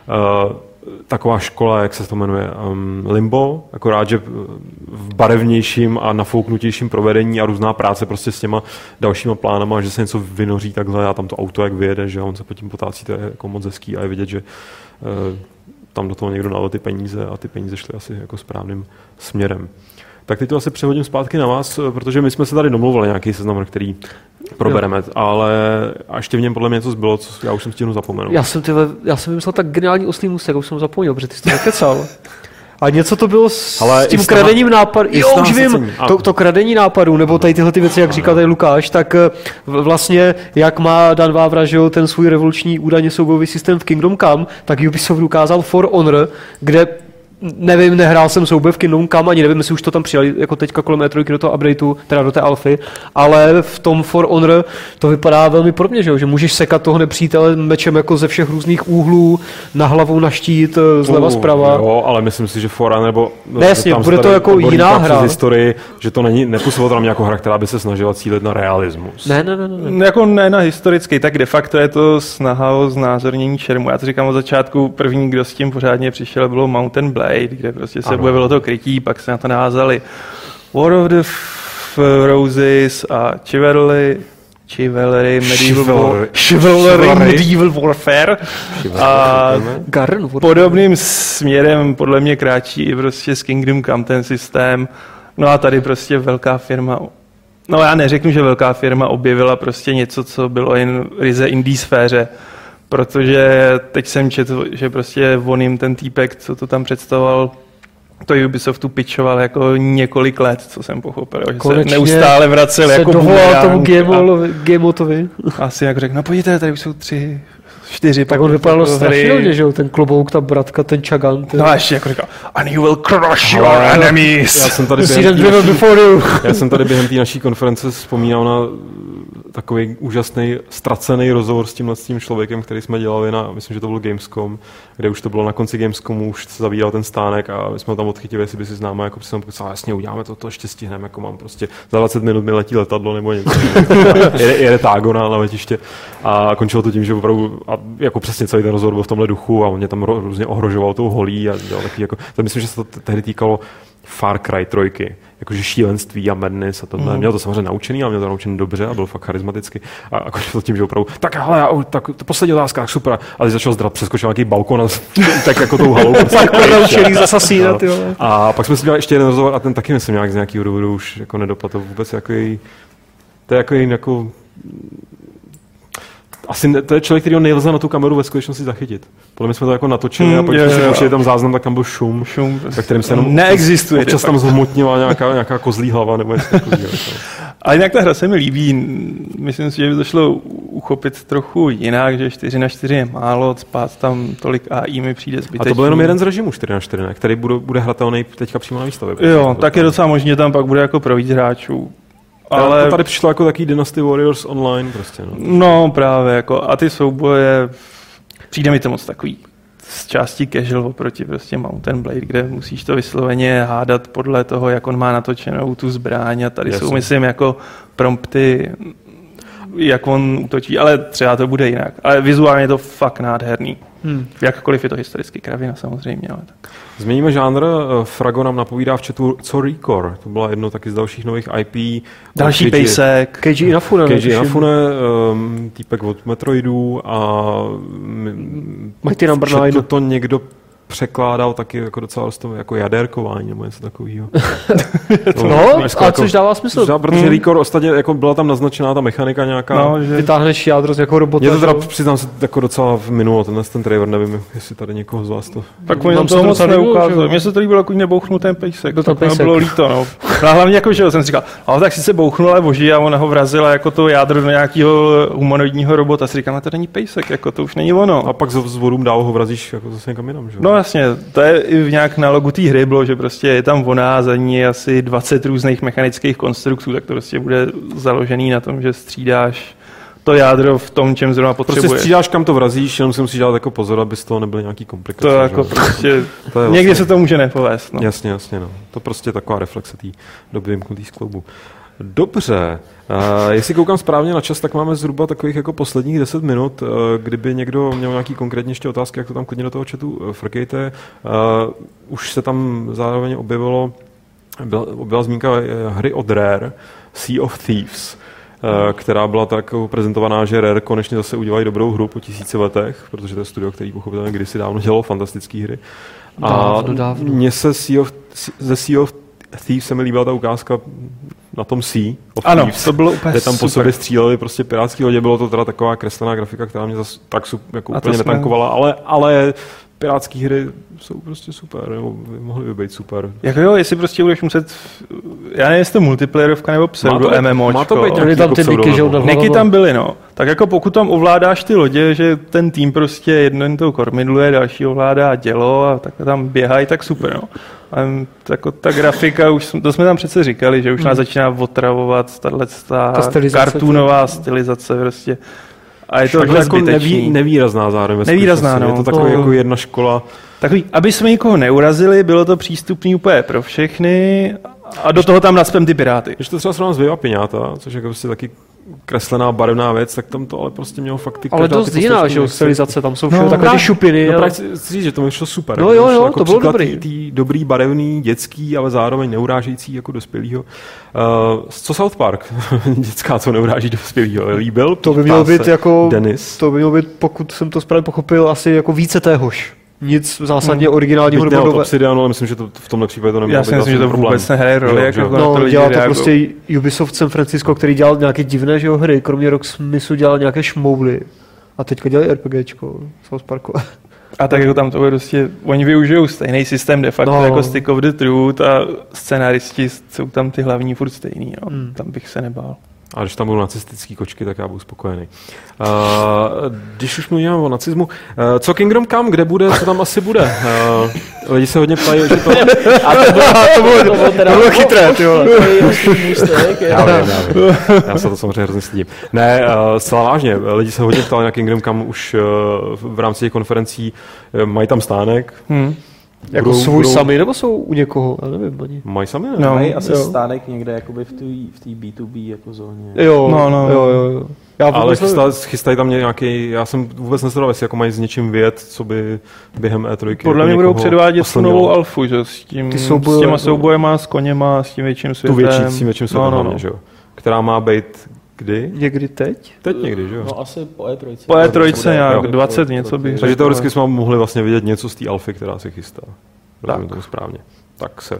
taková škola, jak se to jmenuje, Limbo, akorát, že v barevnějším a nafouknutějším provedení a různá práce prostě s těma dalšíma plánama, že se něco vynoří takhle a tam to auto jak vyjede, že on se pod tím potácí, to je jako moc hezký a je vidět, že tam do toho někdo nalil ty peníze a ty peníze šly asi jako správným směrem. Tak teď to asi přehodím zpátky na vás, protože my jsme se tady domluvili nějaký seznam, který probereme, ale a ještě v něm podle mě něco zbylo, co já už jsem stihnu zapomenout. Já jsem vymyslel tak geniální oslý můstek, už jsem zapomněl, protože ty jsi to zakecal. A něco to bylo s Ale tím kradením nápadů. Jo, už vím, sacení. to kradení nápadů, nebo tady tyhle ty věci, jak říkal tady Lukáš, tak vlastně, jak má Dan Vávra, že jo, ten svůj revoluční údajně soubojový systém v Kingdom Come, tak Ubisoft ukázal For Honor, kde nevím, nehrál jsem souboj v Kingdom Come, ani nevím, jestli už to tam přijali jako teďka kolem E3 do toho updateu, teda do té alfy, ale v tom For Honor to vypadá velmi podobně, že můžeš sekat toho nepřítele mečem jako ze všech různých úhlů, na hlavu, na štít, zleva, zprava. Jo, ale myslím si, že For Honor nebo... Ne, jasně, bude to jako jiná hra. Historii, že to nepůsobilo tam jako hra, která by se snažila cílit na realismus. Ne. Jako ne na historický, tak de facto je to snaha o znázornění šermu. Já to říkám od začátku, první, kdo s tím pořádně přišel, bylo Mountain Blade, kde prostě se objevilo to krytí, pak se na to navázali War of the Roses a Chivalry Medieval Warfare. A podobným směrem podle mě kráčí i prostě s Kingdom Come ten systém. No a tady prostě velká firma, no já neřeknu, že velká firma objevila prostě něco, co bylo jen ryze indie sféře, protože teď jsem četl, že prostě on jim ten týpek, co to tam představoval, to Ubisoftu pitchoval jako několik let, co jsem pochopil, že konečně se neustále vracel jako dovolal tomu Guillemotovi. Asi jak řekl, no pojďte, tady už jsou 4. Tak on vypadal strašně, že jo, ten klobouk, ta bratka, ten čagan. No a ještě jako říkal, and you will crush your enemies. Já jsem tady během té naší konference vzpomínal na takový úžasný, ztracený rozhovor s tím člověkem, který jsme dělali na, myslím, že to byl Gamescom, kde už to bylo na konci Gamescomu, už se zavíral ten stánek a my jsme ho tam odchytili, jestli by si známe, jako jsem povedal, jasně, uděláme to ještě stihneme, jako mám prostě za 20 minut mi letí letadlo nebo něco. jede tágo na letiště a končilo to tím, že opravdu a jako přesně celý ten rozhovor byl v tomhle duchu a on mě tam různě ohrožoval tou holí a dělal taky jako, to myslím, že se to tehdy týkalo Far Cry 3, jakože šílenství a madness a tohle. Měl to samozřejmě naučený, ale měl to naučený dobře a byl fakt charismatický. A končil tím, že opravdu, tak hele, tak to poslední otázka, tak super. A teď začal zdrat, přeskočil nějaký balkon a tak jako tou halou. Naučený z Assassina, ty vole. A pak jsme si dělali ještě jeden rozhovor a ten taky myslím nějak z nějakého důvodu už jako nedopadl vůbec jaký, to je jako asi to je člověk, kterýho nelze na tu kameru ve skutečnosti zachytit. Podle mě jsme to jako natočili a pak jsme si pouštěli tam záznam, tak tam byl šum ve kterém se jenom neexistuje. Občas tam zhmotnila nějaká kozlí hlava nebo něco takového. Ale jinak ta hra se mi líbí. Myslím si, že by to šlo uchopit trochu jinak, že 4x4 je málo, spát tam tolik AI mi přijde zbytečný. A to byl jenom jeden z režimů 4x4, ne? Který bude hratelný teďka přímo na výstavě. Jo, tak je docela možně tam pak bude jako pro víc hráčů. Ale to tady přišlo jako taký Dynasty Warriors online prostě. No právě, jako a ty souboje, přijde mi to moc takový z části casual oproti prostě Mountain Blade, kde musíš to vysloveně hádat podle toho, jak on má natočenou tu zbraň a tady jsou, myslím, jako prompty, jak on útočí, ale třeba to bude jinak. Ale vizuálně je to fakt nádherný. Jakkoliv je to historicky kravina samozřejmě. Ale tak. Změníme žánr. Frago nám napovídá v chatu, co Recore. To byla jedno taky z dalších nových IP. Další pejsek. Keiji Inafune. Týpek od Metroidů a Mighty Number 9. To někdo překládal taky jako docela jako jaderkování nebo něco takového. A což dává smysl. Protože Recore ostatně jako byla tam naznačená ta mechanika nějaká. No, že vytáhneš jádro z nějakého robota. Je to teda, přiznám se, jako docela minulo ten trailer, nevím, jestli tady někoho z vás to... Tak oni nám to moc neukázali. Mně se to líbilo, jako nebouchnul ten pejsek. To bylo líto, no. A hlavně jako, že jsem si říkal, ale tak si se bouchnul, ale boží, a ona ho vrazila jako to jádro do nějakého humanoidního robota. Si říkám, a to není pejsek, jako to už není ono. A pak z vodům dál ho vrazíš jako zase někam jinam, že? No jasně, to je i v nějak na logu té hry bylo, že prostě je tam ona, za ní je asi 20 různých mechanických konstruktů, tak to prostě bude založený na tom, že střídáš to jádro v tom, čem zrovna potřebuješ. Prostě střídáš, kam to vrazíš, jenom si musíš dát jako pozor, aby z toho nebyly nějaký komplikace. To jako prostě, to je někdy se to může nepovést. No. Jasně, no. To prostě je taková reflexe té doby vymknutý z kloubu. Dobře, jestli koukám správně na čas, tak máme zhruba takových jako posledních 10 minut. Kdyby někdo měl nějaký konkrétně ještě otázky, jak to tam klidně do toho chatu frkejte. Už se tam zároveň objevila zmínka hry od Rare, Sea of Thieves, která byla tak prezentovaná, že Rare konečně zase udělají dobrou hru po 1000 letech, protože to je studio, který pochopitelně kdysi dávno dělalo fantastické hry. Dávno. Mně se Sea of Thieves se mi líbila ta ukázka na tom Sea of Thieves. To bylo úplně kde tam po super. sobě stříleli prostě pirátský lodě, bylo to teda taková kreslená grafika, která mě zase tak jako úplně netankovala, ale pirátské hry jsou prostě super, nebo mohly by být super. Jako jo, jestli prostě budeš muset, já nevím, jestli to multiplayerovka nebo pseudo MMOčko. Má to být nějaký tam ty niky, že Niky tam byly, no. Tak jako pokud tam ovládáš ty lodě, že ten tým prostě jeden to kormidluje, další ovládá dělo a tak tam běhají, tak super, no. A jako ta grafika, to jsme tam přece říkali, že už nás začíná otravovat ta kartunová stylizace prostě. A je to takhle jako nevýrazná zároveň. Nevýrazná, no. Je to takový jako jedna škola. Takový, aby jsme nikoho neurazili, bylo to přístupný úplně pro všechny a do toho tam nacpem ty piráty. Když to třeba srovnám s Viva Piňáta, což je prostě taky kreslená barevná věc, tak tam to ale prostě mělo fakt ale dost jiná, že stylizace, tam jsou všechno takové ty šupiny. No právě chci říct, že to mi šlo super. No jo, jako to bylo dobrý. Tý dobrý, barevný, dětský, ale zároveň neurážející jako dospělýho. Co South Park? Dětská, co neuráží dospělýho. Líbil? To by mělo být jako Dennis. To by mělo být, pokud jsem to správně pochopil, asi jako více téhož. Nic zásadně originálního nebo nové. Obsidianu, ale myslím, že to v tomhle případě to nemělo být. Já si myslím, že to vůbec nehraje roli. No, dělal to prostě Ubisoft San Francisco, který dělal nějaké divné hry, kromě Rocksmithu dělal nějaké šmoubly. A teďka dělají RPGčko, South Parku. A tak jako tam to je prostě, oni využijou stejný systém de facto jako Stick of the Truth a scenaristi jsou tam ty hlavní furt stejný. No. Tam bych se nebál. A když tam budou nacistický kočky, tak já budu spokojený. Když už mluvíme o nacismu, co Kingdom Come, kde bude, co tam asi bude? Lidi se hodně ptají, že to... To bylo chytré, ty vole. Já se to samozřejmě hrozně stydím. Ne, zcela vážně, lidi se hodně ptali na Kingdom Come už v rámci těch konferencí, mají tam stánek. Jako svůj sami, nebo jsou u někoho? Já nevím ani. Mají sami? No, mají asi stánek někde jakoby v té B2B jako zóně. Jo. Ale chystají tam nějaký, já jsem vůbec nesledoval, jestli jako mají s něčím vědět, co by během E3. Podle mě budou předvádět tu novou alfu, že? S těma soubojema, s koněma, s tím větším světem. S tím větším světem, že jo. Která má být kdy? Někdy teď? Teď někdy, že jo? No asi po E3. Po E3 nějak, 20 něco bych řekl. Takže teoreticky jsme mohli vlastně vidět něco z té alfy, která se chystá. Rozumím tomu správně. Tak se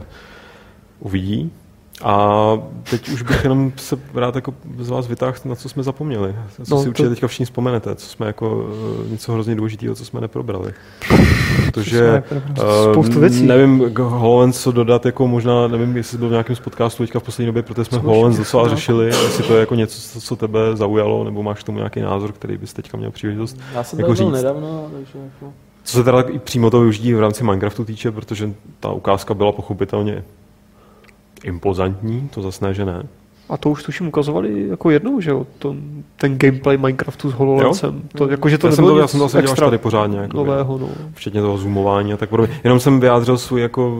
uvidí. A teď už bych jenom se rád jako z vás vytáhl, na co jsme zapomněli. Co si určitě teďka všichni vzpomenete, co jsme jako něco hrozně důležitého, co jsme neprobrali. Protože spoustu věcí. Nevím, HoloLens co dodat, jako možná, nevím, jestli byl v nějakém z podcastu teďka v poslední době, protože jsme HoloLens docela řešili, jestli to je jako něco, co tebe zaujalo, nebo máš k tomu nějaký názor, který bys teďka měl příležitost já jsem jako říct. Nedávno, takže jako... Co se teda i přímo to využití v rámci Minecraftu týče, protože ta ukázka byla pochopitelně impozantní, to zase ne, že ne. A to už tuším ukazovali jako jednou, že jo? Ten gameplay Minecraftu s HoloLensem. Já jsem to asi dělal tady pořádně. Jako nového, no. Včetně toho zoomování a tak podobně. Jenom jsem vyjádřil svůj jako...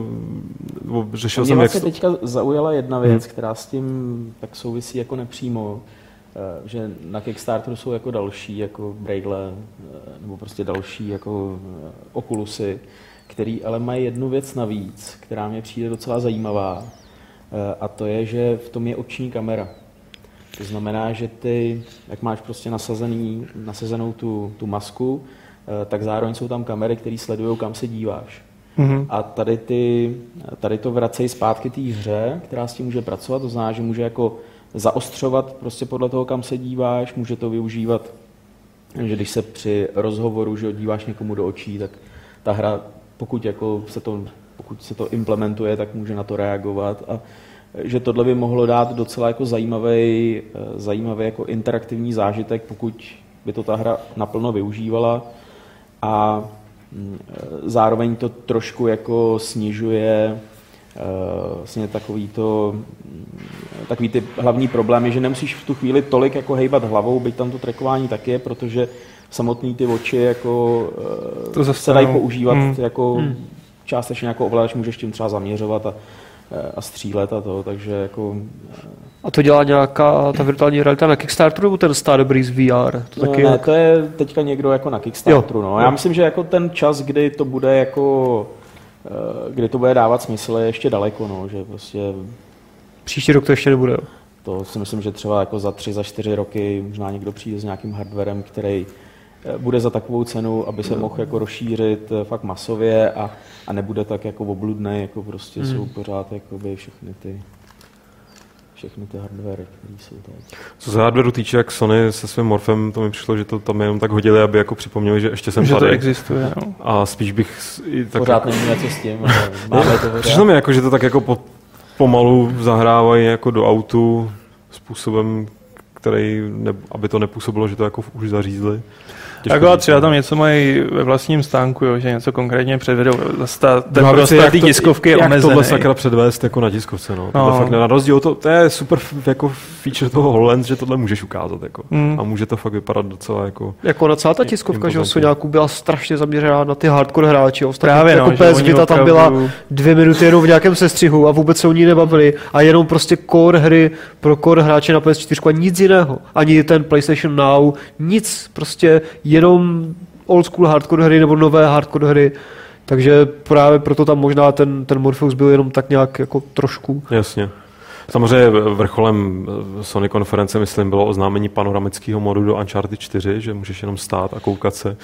Řešil jsem, jak... Mě teďka zaujala jedna věc, která s tím tak souvisí jako nepřímo, že na Kickstarteru jsou jako další jako Braille, nebo prostě další jako Oculusy, který ale mají jednu věc navíc, která mě přijde docela zajímavá. A to je, že v tom je oční kamera. To znamená, že ty, jak máš prostě nasazenou tu masku, tak zároveň jsou tam kamery, které sledují, kam se díváš. Mm-hmm. A tady to vracejí zpátky té hře, která s tím může pracovat. To znamená, že může jako zaostřovat prostě podle toho, kam se díváš, může to využívat, že když se při rozhovoru, že díváš někomu do očí, tak ta hra, pokud se to implementuje, tak může na to reagovat a že tohle by mohlo dát docela jako zajímavý jako interaktivní zážitek, pokud by to ta hra naplno využívala a zároveň to trošku jako snižuje vlastně takový ty hlavní problémy, že nemusíš v tu chvíli tolik jako hejbat hlavou, byť tam to trackování tak je, protože samotný ty oči jako se dají používat jako částečně jako ovladač, můžeš tím třeba zaměřovat a střílet a to, takže jako... A to dělá nějaká ta virtuální realita na Kickstarteru nebo ten Starbreeze VR? To je teďka někdo jako na Kickstarteru, no. Já myslím, že jako ten čas, kdy to bude dávat smysl, je ještě daleko, no, že prostě... Příští rok to ještě nebude, jo? To si myslím, že třeba jako za 4 roky možná někdo přijde s nějakým hardwarem, který bude za takovou cenu, aby se mohl jako rozšířit fakt masově a nebude tak jako obludný, jako prostě jsou pořád jakoby všechny ty všechny ty hardware, které jsou teď. Co se hardwareu týče, jak Sony se svým Morphem, to mi přišlo, že to tam jenom tak hodili, aby jako připomněli, že ještě jsem že tady. to existuje, no. A spíš bych... Tak pořád nevím, co s tím, ale máme to přišlo mi jako, že to tak jako pomalu zahrávají jako do autu způsobem, který, aby to nepůsobilo, že to jako už zařízli. Takhle třeba tam něco mají ve vlastním stánku, jo, že něco konkrétně předvedou. Ten prostor té tiskovky je omezený. Jak tohle sakra předvést jako na tiskovce, no. To fakt na rozdíl, to je super jako feature toho HoloLens, že tohle můžeš ukázat, jako. A může to fakt vypadat docela jako... Jako na celá ta tiskovka, že Soňáku byla strašně zaměřená na ty hardcore hráči. Právě, jako PS Vita tam byla 2 minuty jenom v nějakém sestřihu a vůbec se o ní nebavili. A jenom prostě core hry pro core hráče na PS4 a nic jiného. Ani ten PlayStation Now, nic, prostě jenom old school hardcore hry nebo nové hardcore hry. Takže právě proto tam možná ten Morpheus byl jenom tak nějak jako trošku. Jasně. Samozřejmě vrcholem Sony konference, myslím, bylo oznámení panoramického modu do Uncharted 4, že můžeš jenom stát a koukat se,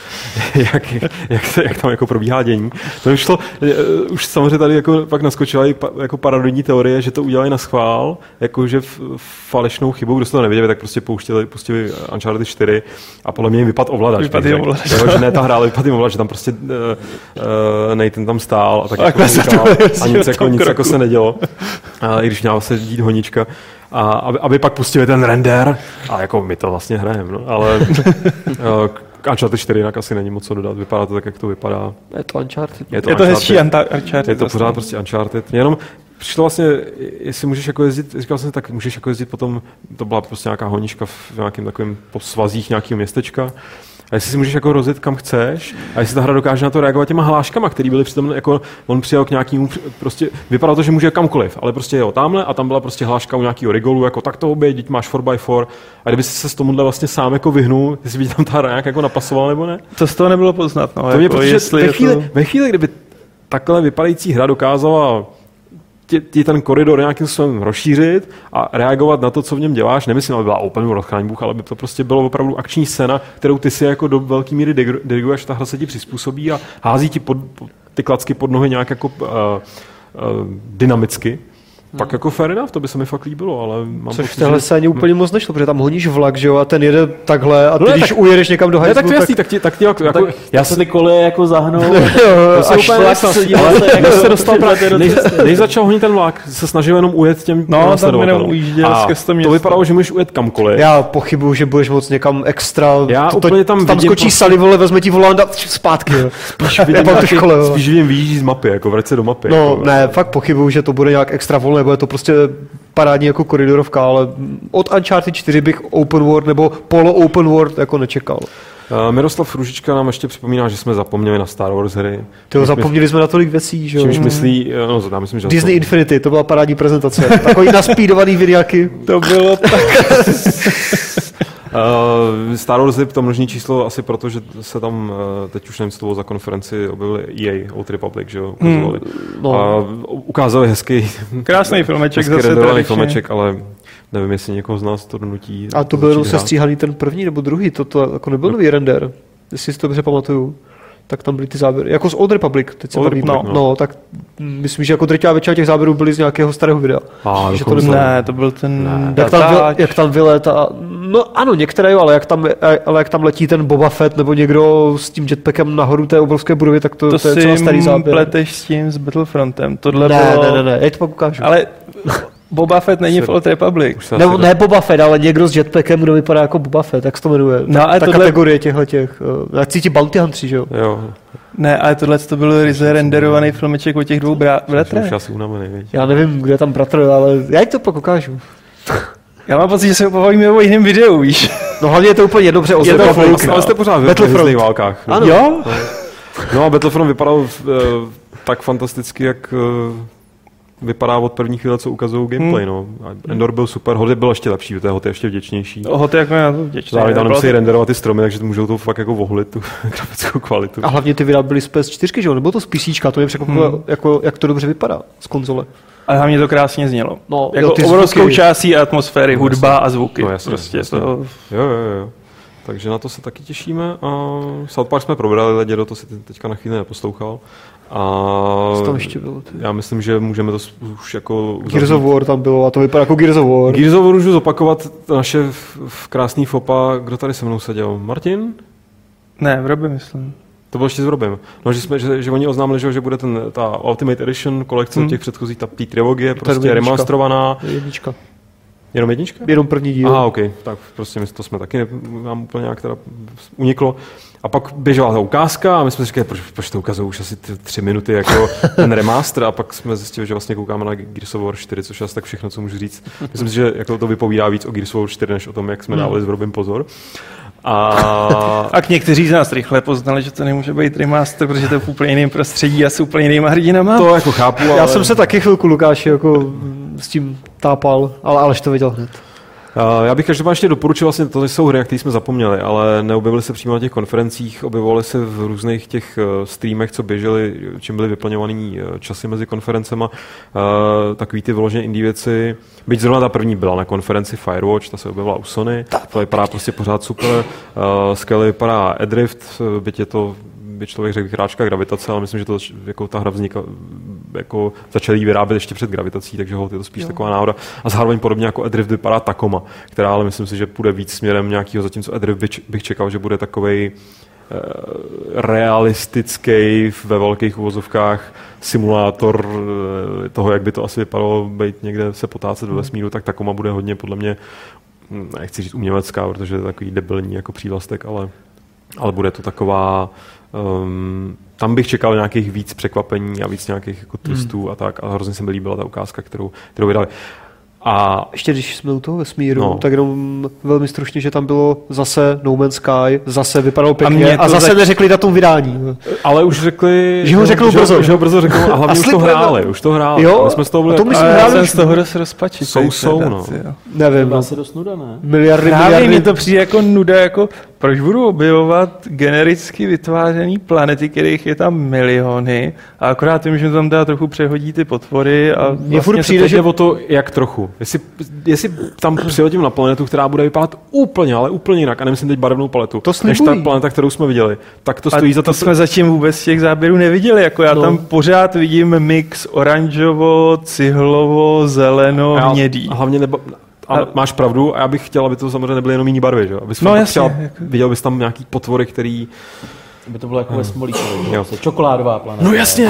jak tam jako probíhá dění. To mi šlo, už samozřejmě tady jako pak naskočila jako paranoidní teorie, že to udělali na schvál, jakože falešnou chybou, kdo se to nevěděl, tak prostě pustili Uncharted 4 a podle mě jim vypad ovladač. Že ne ta hra, ale vypad jim ovladač, že tam prostě Nathan tam stál a tak jako koukal a nic jako se nedělo. I když měla se dít honička, a aby pak pustili ten render, a jako my to vlastně hrajeme, no, ale Uncharted 4 jinak asi není moc co dodat, vypadá to tak, jak to vypadá. Je to Uncharted. Je to hezčí Uncharted. Je to pořád prostě Uncharted. Jenom přišlo vlastně, jestli můžeš jako jezdit, říkal jsem tak, můžeš jako jezdit potom, to byla prostě nějaká honička v nějakým takovým svazích nějakého městečka. A jestli si můžeš jako rozjet kam chceš, a jestli ta hra dokáže na to reagovat těma hláškama, které byly přitom, jako on přijel k nějakému, prostě vypadalo to, že může kamkoliv, ale prostě jel tamhle a tam byla prostě hláška u nějakého regolu, jako tak to obejď, teď máš 4x4, a kdyby se s tomuhle vlastně sám jako vyhnul, jestli by tam ta hra nějak jako napasovala nebo ne? To z toho nebylo poznat, no. To jako mě, protože ve chvíli, kdyby takhle vypadající hra dokázala ti ten koridor nějakým způsobem rozšířit a reagovat na to, co v něm děláš. Nemyslím, aby byla open world, chraň Bůh, ale by to prostě bylo opravdu akční scéna, kterou ty si jako do velké míry diriguješ, ta hra se ti přizpůsobí a hází ti ty klacky pod nohy nějak jako dynamicky. Pak jako fair enough, to by se mi fakt líbilo, ale mám což v téhle scéně úplně moc nešlo, protože tam honíš vlak, že jo, a ten jede takhle a ty, no, když ujedeš někam do hajzlu, tak to jasný, tak ti jako... Já se ty koleje jako zahnou, až vlak se dostal právě, než začal honit ten vlak, se snažil jenom ujet těm následovatelům. A to vypadalo, že můžeš ujet kamkoliv. Já pochybuju, že budeš moc někam extra, úplně tam skočí Sally, vole, vezme ti volant a zpátky. Spíš vidím vyjíždí z mapy, jako vrať se do mapy. No ne, fakt pochybuju, že to bude nějak extra volné, nebo je to prostě parádní jako koridorovka, ale od Uncharted 4 bych open world nebo polo open world jako nečekal. Miroslav Růžička nám ještě připomíná, že jsme zapomněli na Star Wars hry. Zapomněli jsme na tolik věcí, že jo. Čímž myslí, no, já myslím, že Disney Infinity, to byla parádní prezentace. Takový naspídovaný videáky. To bylo tak. Star Wars je to množné číslo asi proto, že se tam teď už nevím, co to bylo za konferenci, objevili EA, Old Republic, že jo, ukazovali. A ukázali hezký krásný filmeček zase tradičně. Filmeček, ale nevím, jestli někoho z nás to donutí. A to byl jenom sestříhaný ten první nebo druhý, to jako nebyl nový render, jestli si to dobře pamatuju. Tak tam byly ty záběry. Jako z Old Republic, teď se bavíme. No, tak myslím, že jako drtivá většina těch záběrů byly z nějakého starého videa. To byl ten jak tam vylétá. No ano, některé jo, ale jak tam letí ten Boba Fett nebo někdo s tím jetpackem nahoru té obrovské budovy, tak to je celá starý záběr. To si pleteš s tím s Battlefrontem. Tohle ne, já ti pak ukážu. Ale Boba Fett není v Old Republic. Ne Boba Fett, ale někdo s jetpackem, kdo vypadá jako Boba Fett, jak se to jmenuje. No, ta kategorie těch. Jak cítí Bounty Huntři, že jo? Ne, ale tohle to byl ryze renderovaný filmeček o těch dvou bratrech. Já nevím, kde je tam bratr, ale já ti to pak ukážu. Já mám pocit, že se pobavíme o jiném videu, víš? No hlavně je to úplně dobře ale jste pořád ve hvězdných válkách. Ano. Jo? No a Battlefront vypadal tak fantasticky, jak vypadá od první chvíle, co ukazují gameplay. No. Endor byl super, Hot byl ještě lepší, Hot je ještě vděčnější. Hot je jako na to vděčný. Zároveň tam nemusí renderovat ty stromy, takže to můžou to fakt jako vohlit tu grafickou kvalitu. A hlavně ty videa byly z PS4, že jo? Nebylo to z PCčka, to mě překvapilo, jako, jak to dobře vypadá z konzole. A hlavně to krásně znělo. No, jako obrovskou částí atmosféry, hudba a zvuky. No jasně, prostě jasně. To... Jo. Takže na to se taky těšíme. A South Park jsme probrali, Dědo to si teďka na chvíli neposlouchal. A Co tam ještě bylo? já myslím, že můžeme to už jako... Gears of War tam bylo a to vypadá jako Gears of War. Gears of War můžu zopakovat naše krásný fopa. Kdo tady se mnou seděl? Martin? Ne, v Roby myslím. To bylo ještě s Robem. No, že oni oznámili, že bude ta Ultimate Edition kolekce těch předchozích, ta trilogie, prostě remasterovaná. Jednička. Jenom jednička? Jenom první díl. Aha, OK. Tak prostě my to jsme taky nám úplně nějak teda uniklo. A pak běžela ta ukázka a my jsme si říkali, proč to ukazují už asi 3 minuty jako ten remaster a pak jsme zjistili, že vlastně koukáme na Gears of War 4, což je asi tak všechno, co můžu říct. Myslím si, že jako to vypovídá víc o Gears of War 4, než o tom, jak jsme dávali s Robem pozor. A někteří z nás rychle poznali, že to nemůže být remaster, protože to je v úplně jiném prostředí a s úplně jinýma hrdinama. To jako chápu, ale... Já jsem se taky chvilku, Lukáši, jako s tím tápal, ale Aleš to viděl hned. Já bych každopádně ještě doporučil, vlastně to jsou hry, na které jsme zapomněli, ale neobjevily se přímo na těch konferencích, objevovaly se v různých těch streamech, co běžely, čím byly vyplňovaný časy mezi konferencema, takový ty vyloženě indie věci. Byť zrovna ta první byla na konferenci Firewatch, ta se objevila u Sony, to vypadá prostě pořád super, skvěle vypadá Adrift, byť je to by člověk řekl hráčka gravitace, ale myslím, že to jako ta hra vznikla, jako začali ji vyrábět ještě před gravitací, takže je to spíš taková náhoda. A zároveň podobně jako Adrift vypadá Tacoma, která ale myslím si, že půjde víc směrem nějakého, zatímco Adrift bych čekal, že bude takovej realistický ve velkých uvozovkách simulátor toho, jak by to asi vypadalo být někde se potácet ve vesmíru, tak Tacoma bude hodně podle mě, nechci říct umělecká, protože je takový debilní jako přívlastek, ale bude to taková tam bych čekal nějakých víc překvapení a víc nějakých jako twistů a tak. A hrozně se mi líbila ta ukázka, kterou vydali. A ještě když jsme u toho vesmíru, tak jenom velmi stručně, že tam bylo zase No Man's Sky, zase vypadalo pěkně a zase neřekli datum vydání. Ale už řekli, že ho řeknou brzo. Že ho brzo řeknou a hlavně už to hráli. Jo, my jsme z toho byli, to my jsme hráli. Jsem z toho dost rozpačit. No. Nevím. To asi dost nuda, ne? Miliardy. Mně to přijde jako nuda, jako proč budu objevovat genericky vytvářený planety, kterých je tam miliony a akorát tím, že tam dá trochu přehodí ty potvory a mně furt přijde, že o to jak trochu. Jestli tam přiletím na planetu, která bude vypadat úplně, ale úplně jinak, a nemyslím teď barevnou paletu, než ta planeta, kterou jsme viděli, tak to stojí za to. Jsme zatím vůbec z těch záběrů neviděli, jako já tam pořád vidím mix oranžovo, cihlovo, zeleno, hnědý. A hlavně ale máš pravdu a já bych chtěl, aby to samozřejmě nebyly jenom jiný barvy, že? Viděl bys tam nějaký potvory, který aby to bylo jako ve Smolíkovi, čokoládová planeta. No jasně,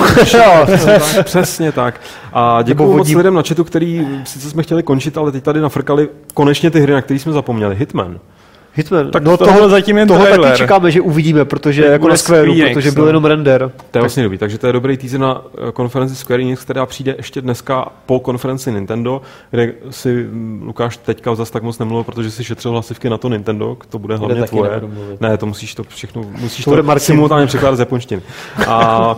přesně tak. A děkuju moc lidem na chatu, který sice jsme chtěli končit, ale teď tady nafrkali konečně ty hry, na které jsme zapomněli. Hitman. Tak toho zatím jen toho trailer. Taky čekáme, že uvidíme, protože jako na Squareu, protože byl jenom render. To je vlastně dobrý, takže to je dobrý teaser na konferenci Square Enix, která přijde ještě dneska po konferenci Nintendo, kde si Lukáš teďka zase tak moc nemluvil, protože si šetřil hlasivky na to Nintendo, to bude hlavně tvoje. Ne, to musíš to všechno, musíš to simultánně překládat z japonštiny. A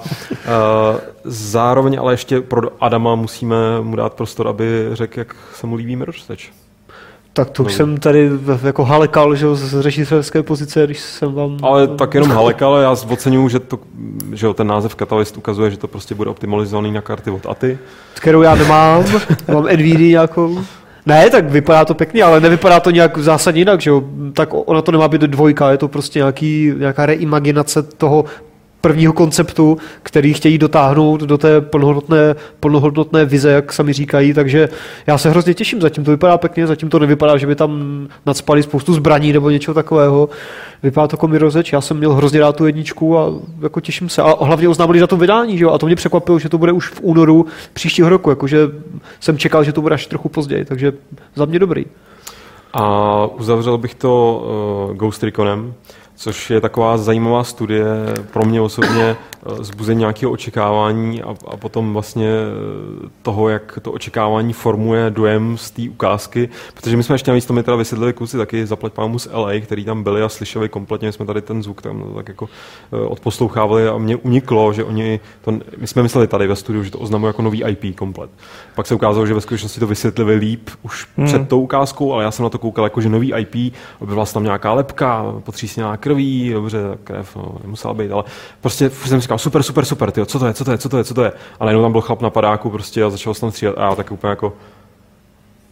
zároveň ale ještě pro Adama musíme mu dát prostor, aby řekl, jak se mu líbí Mirror's Edge. Tak to už jsem tady jako halekal, že z řešitelské pozice, když jsem vám... Ale tak jenom halekal, já oceňuji, že ten název Catalyst ukazuje, že to prostě bude optimalizovaný na karty od ATI. Kterou já nemám, mám NVIDIA nějakou. Ne, tak vypadá to pěkně, ale nevypadá to nějak zásadně jinak, že jo? Tak ona to nemá být dvojka, je to prostě nějaká reimaginace toho prvního konceptu, který chtějí dotáhnout do té plnohodnotné vize, jak sami říkají, takže já se hrozně těším, zatím to vypadá pěkně, zatím to nevypadá, že by tam nacpali spoustu zbraní nebo něčeho takového. Vypadá to jako Mirror's Edge, já jsem měl hrozně rád tu jedničku a jako těším se. A hlavně oznámili datum vydání, že jo? A to mě překvapilo, že to bude už v únoru příštího roku, jakože jsem čekal, že to bude až trochu později, takže za mě dobrý. A uzavřel bych to Ghost Reconem, což je taková zajímavá studie pro mě osobně zbuzení nějakého očekávání a potom vlastně toho, jak to očekávání formuje dojem z té ukázky, protože my jsme ještě navíc to mi teda vysvětlili kluci taky zaplať pámu z LA, který tam byli a slyšeli kompletně, jsme tady ten zvuk tam tak jako odposlouchávali a mě uniklo, že my jsme mysleli tady ve studiu, že to oznamuje jako nový IP komplet. Pak se ukázalo, že ve skutečnosti to vysvětlili líp už před tou ukázkou, ale já jsem na to koukal jako, že nový IP, objevila se tam nějaká lepka, potřísněná krví, dobře, krev, nemusela být, ale prostě jsem říkal, super, tyjo, co to je? Ale jenom tam byl chlap na padáku prostě a začal se tam střílet a já tak úplně jako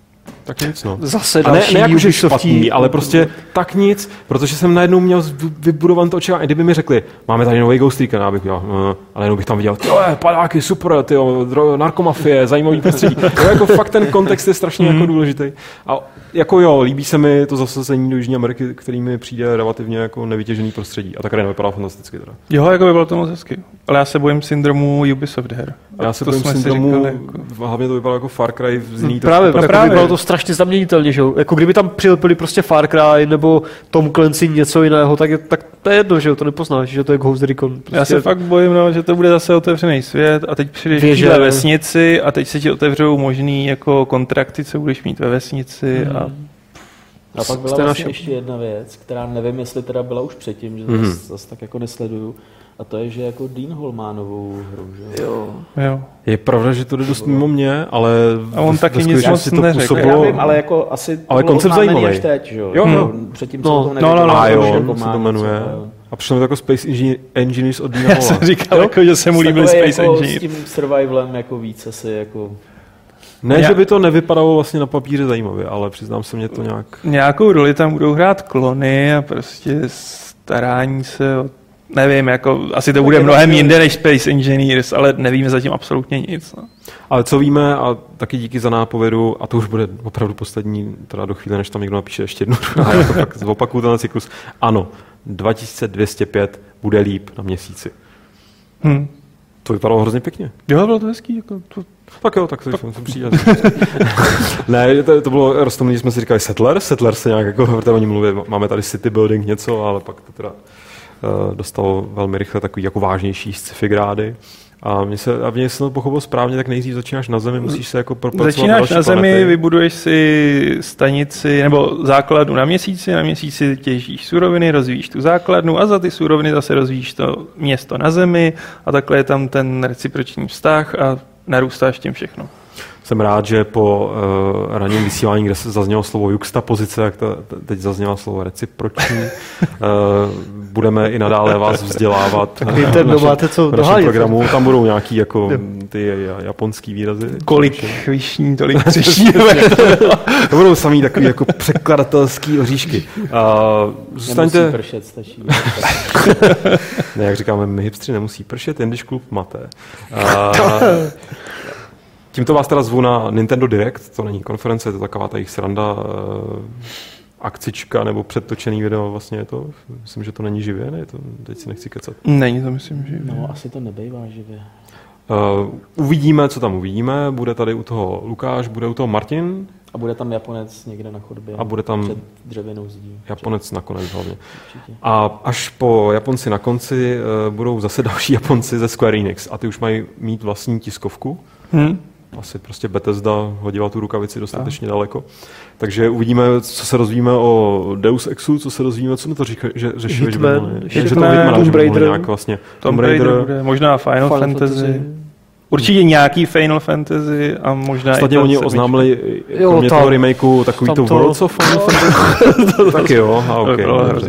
Tak nic, no. Zase A ne další jako, že Ubisoftí- špatný, ale prostě tak nic, protože jsem najednou měl vybudovan to očekávání. Kdyby mi řekli, máme tady nový Ghost Recon, já bych dělal, ale jenom bych tam viděl, padáky, super, narkomafie, zajímavý prostředí. To jako fakt ten kontext je strašně jako důležitý. A jako jo, líbí se mi to zasazení do Jižní Ameriky, který mi přijde relativně jako nevytěžený prostředí. A tak nevypadá fantasticky teda. Jo, jako by bylo to moc hezky. Ale já se bojím syndromu Ubisoft her. A Já se to bojím jsme si syndromu, říkali, jako... hlavně to vypadalo jako Far Cry z jiný Právě, trošku. právě. Bylo to strašně zaměnitelně, že jo? Jako kdyby tam přilepili prostě Far Cry nebo Tom Clancy něco jiného, tak to je jedno, že jo? To nepoznáš, že to je Ghost Recon. Prostě... Já se fakt bojím, no, že to bude zase otevřený svět a teď přijdeš ve vesnici a teď se ti otevřou možný jako kontrakty, co budeš mít ve vesnici a... A pak byla vlastně ještě jedna věc, která nevím, jestli teda byla už předtím, že zase tak jako nesleduju. A to je, že jako Dean Hall má novou hru, že Jo. Je pravda, že to jde dost mimo mě, ale a on taky nic moc neřekl. Já vím, ale jako asi to ale bylo koncept oznámený zajímavý. až teď, že jo? Jo. Předtím se o tom nevědělo. A jo, že on se to jmenuje. A přišlo mi to jako Space Engineers od Deana Já Halla. jsem říkal, jako, že se mu líbil Space jako Engineer. s tím survivalem jako víc asi jako... Ne, že by to nevypadalo vlastně na papíře zajímavě, ale přiznám se, mě to nějak... Nějakou roli tam budou hrát klony a prostě starání se o... Nevím, jako asi to bude mnohem jinde než Space Engineers, ale nevíme zatím absolutně nic. No. Ale co víme, a taky díky za nápovědu, a to už bude opravdu poslední, teda do chvíle, než tam někdo napíše ještě jednu, a já to fakt zopakuju tenhle cyklus. Ano, 2205 bude líp na měsíci. To vypadalo hrozně pěkně. Jo, bylo to hezký. Jako to... Tak jo, tak jsem přijel. Ne, to bylo roztomilý, jsme si říkali Settlers se nějak jako, protože oni mluví, máme tady city building něco, ale pak to teda dostalo velmi rychle takový jako vážnější sci-fi grády. A mě jsem to pochopil správně, tak nejdřív začínáš na zemi, musíš se jako propracovat. Začínáš na zemi, vybuduješ si stanici nebo základnu na měsíci těžíš suroviny, rozvíjíš tu základnu a za ty suroviny zase rozvíjíš to město na zemi a takhle je tam ten reciproční vztah a narůstáš tím všechno. Jsem rád, že po ranním vysílání, kde se zaznělo slovo juxtapozice, jak teď zaznělo slovo reciproční, budeme i nadále vás vzdělávat Tak máte co v našem programu. Tam budou nějaký jako ty japonský výrazy. Kolik vyšní, tolik třešní. To budou samý takový jako překladatelský oříšky. Zůstaňte... Nemusí pršet, stačí. Ne, jak říkáme, my hipstři nemusí pršet, jen když klub máte. Tímto vás teda zvu na Nintendo Direct, to není konference, je to taková ta jejich sranda, akcička nebo předtočený video, vlastně je to, myslím, že to není živě, ne? To, teď si nechci kecat. Není to, myslím, živě. No, asi to nebejvá živě. Uvidíme, co tam uvidíme, bude tady u toho Lukáš, bude u toho Martin. A bude tam Japonec někde na chodbě. A bude tam před dřevěnou zdí. Japonec nakonec hlavně. Určitě. A až po Japonci na konci budou zase další Japonci ze Square Enix a ty už mají mít vlastní tiskovku. Asi prostě Bethesda hodila tu rukavici dostatečně daleko. Takže uvidíme, co se rozvíme o Deus Exu, co se rozvíme, co mi to říká, že řešili, Hitman, Tomb Raider, nějak vlastně. Tomb Raider bude, možná Final Fantasy. Určitě nějaký Final Fantasy a možná ostatně oni oznámili kromě toho remakeu takový to Worlds of Final Fantasy. Tak jo, a ok.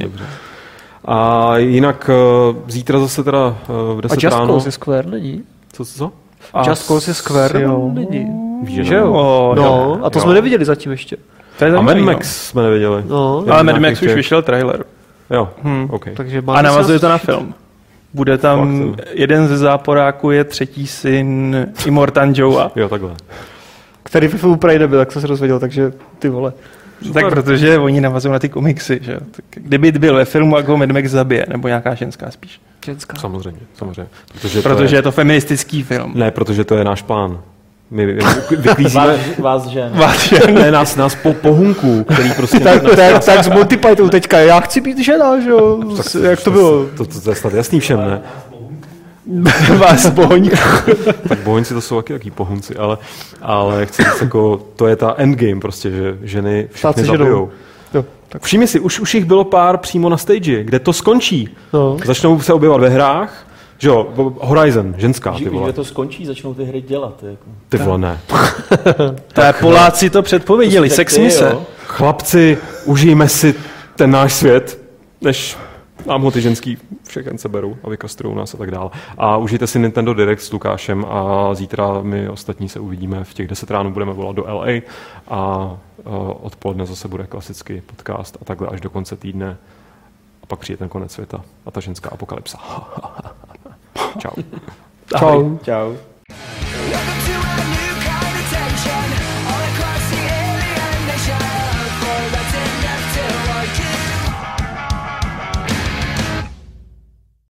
A jinak zítra zase teda v 10 ráno. A Just Cause je Square, není? Co? Just Cause je Square, není. Víš, že jo? No, a to jsme neviděli zatím ještě. A Mad Max jsme neviděli. No. Ale Mad Max už vyšel trailer. Jo, ok. A navazuje to na film. Bude tam jeden ze záporáků je třetí syn Immortan Joea. Jo, takhle. Který ve filmu Prey nebyl, tak jsem se rozvěděl, takže ty vole. Tak protože oni navazují na ty komiksy, že? Tak kdyby byl ve filmu, jak ho Mad Max zabije, nebo nějaká ženská spíš. Ženská. Samozřejmě. Protože je to feministický film. Ne, protože to je náš plán. My vyklízíme... Vás žen. Ne, nás pohunku, který prostě... tak s Monty Python teďka, já chci být žena, že jo? Jak to bylo? To je snad jasný všem, ne? Vás bohoňku. Tak bohoňci to jsou taky pohunci, ale chci říct, jako, to je ta endgame prostě, že ženy všechny zabijou. Všimni si, už jich bylo pár přímo na stage, kde to skončí. No. Začnou se objevat ve hrách, že jo, Horizon, ženská, ty vole. Že to skončí, začnou ty hry dělat. Jako. Ty vole, ne. Tak Poláci to předpověděli, sex mise. Chlapci, užijme si ten náš svět, než Nám ho ty ženský všechen seberou a vykastrujou nás a tak dále. A užijte si Nintendo Direct s Lukášem a zítra my ostatní se uvidíme v těch 10 ráno, budeme volat do LA a odpoledne zase bude klasický podcast a takhle až do konce týdne. A pak přijde ten konec světa a ta ženská apokalypsa. Čau. Čau. Čau.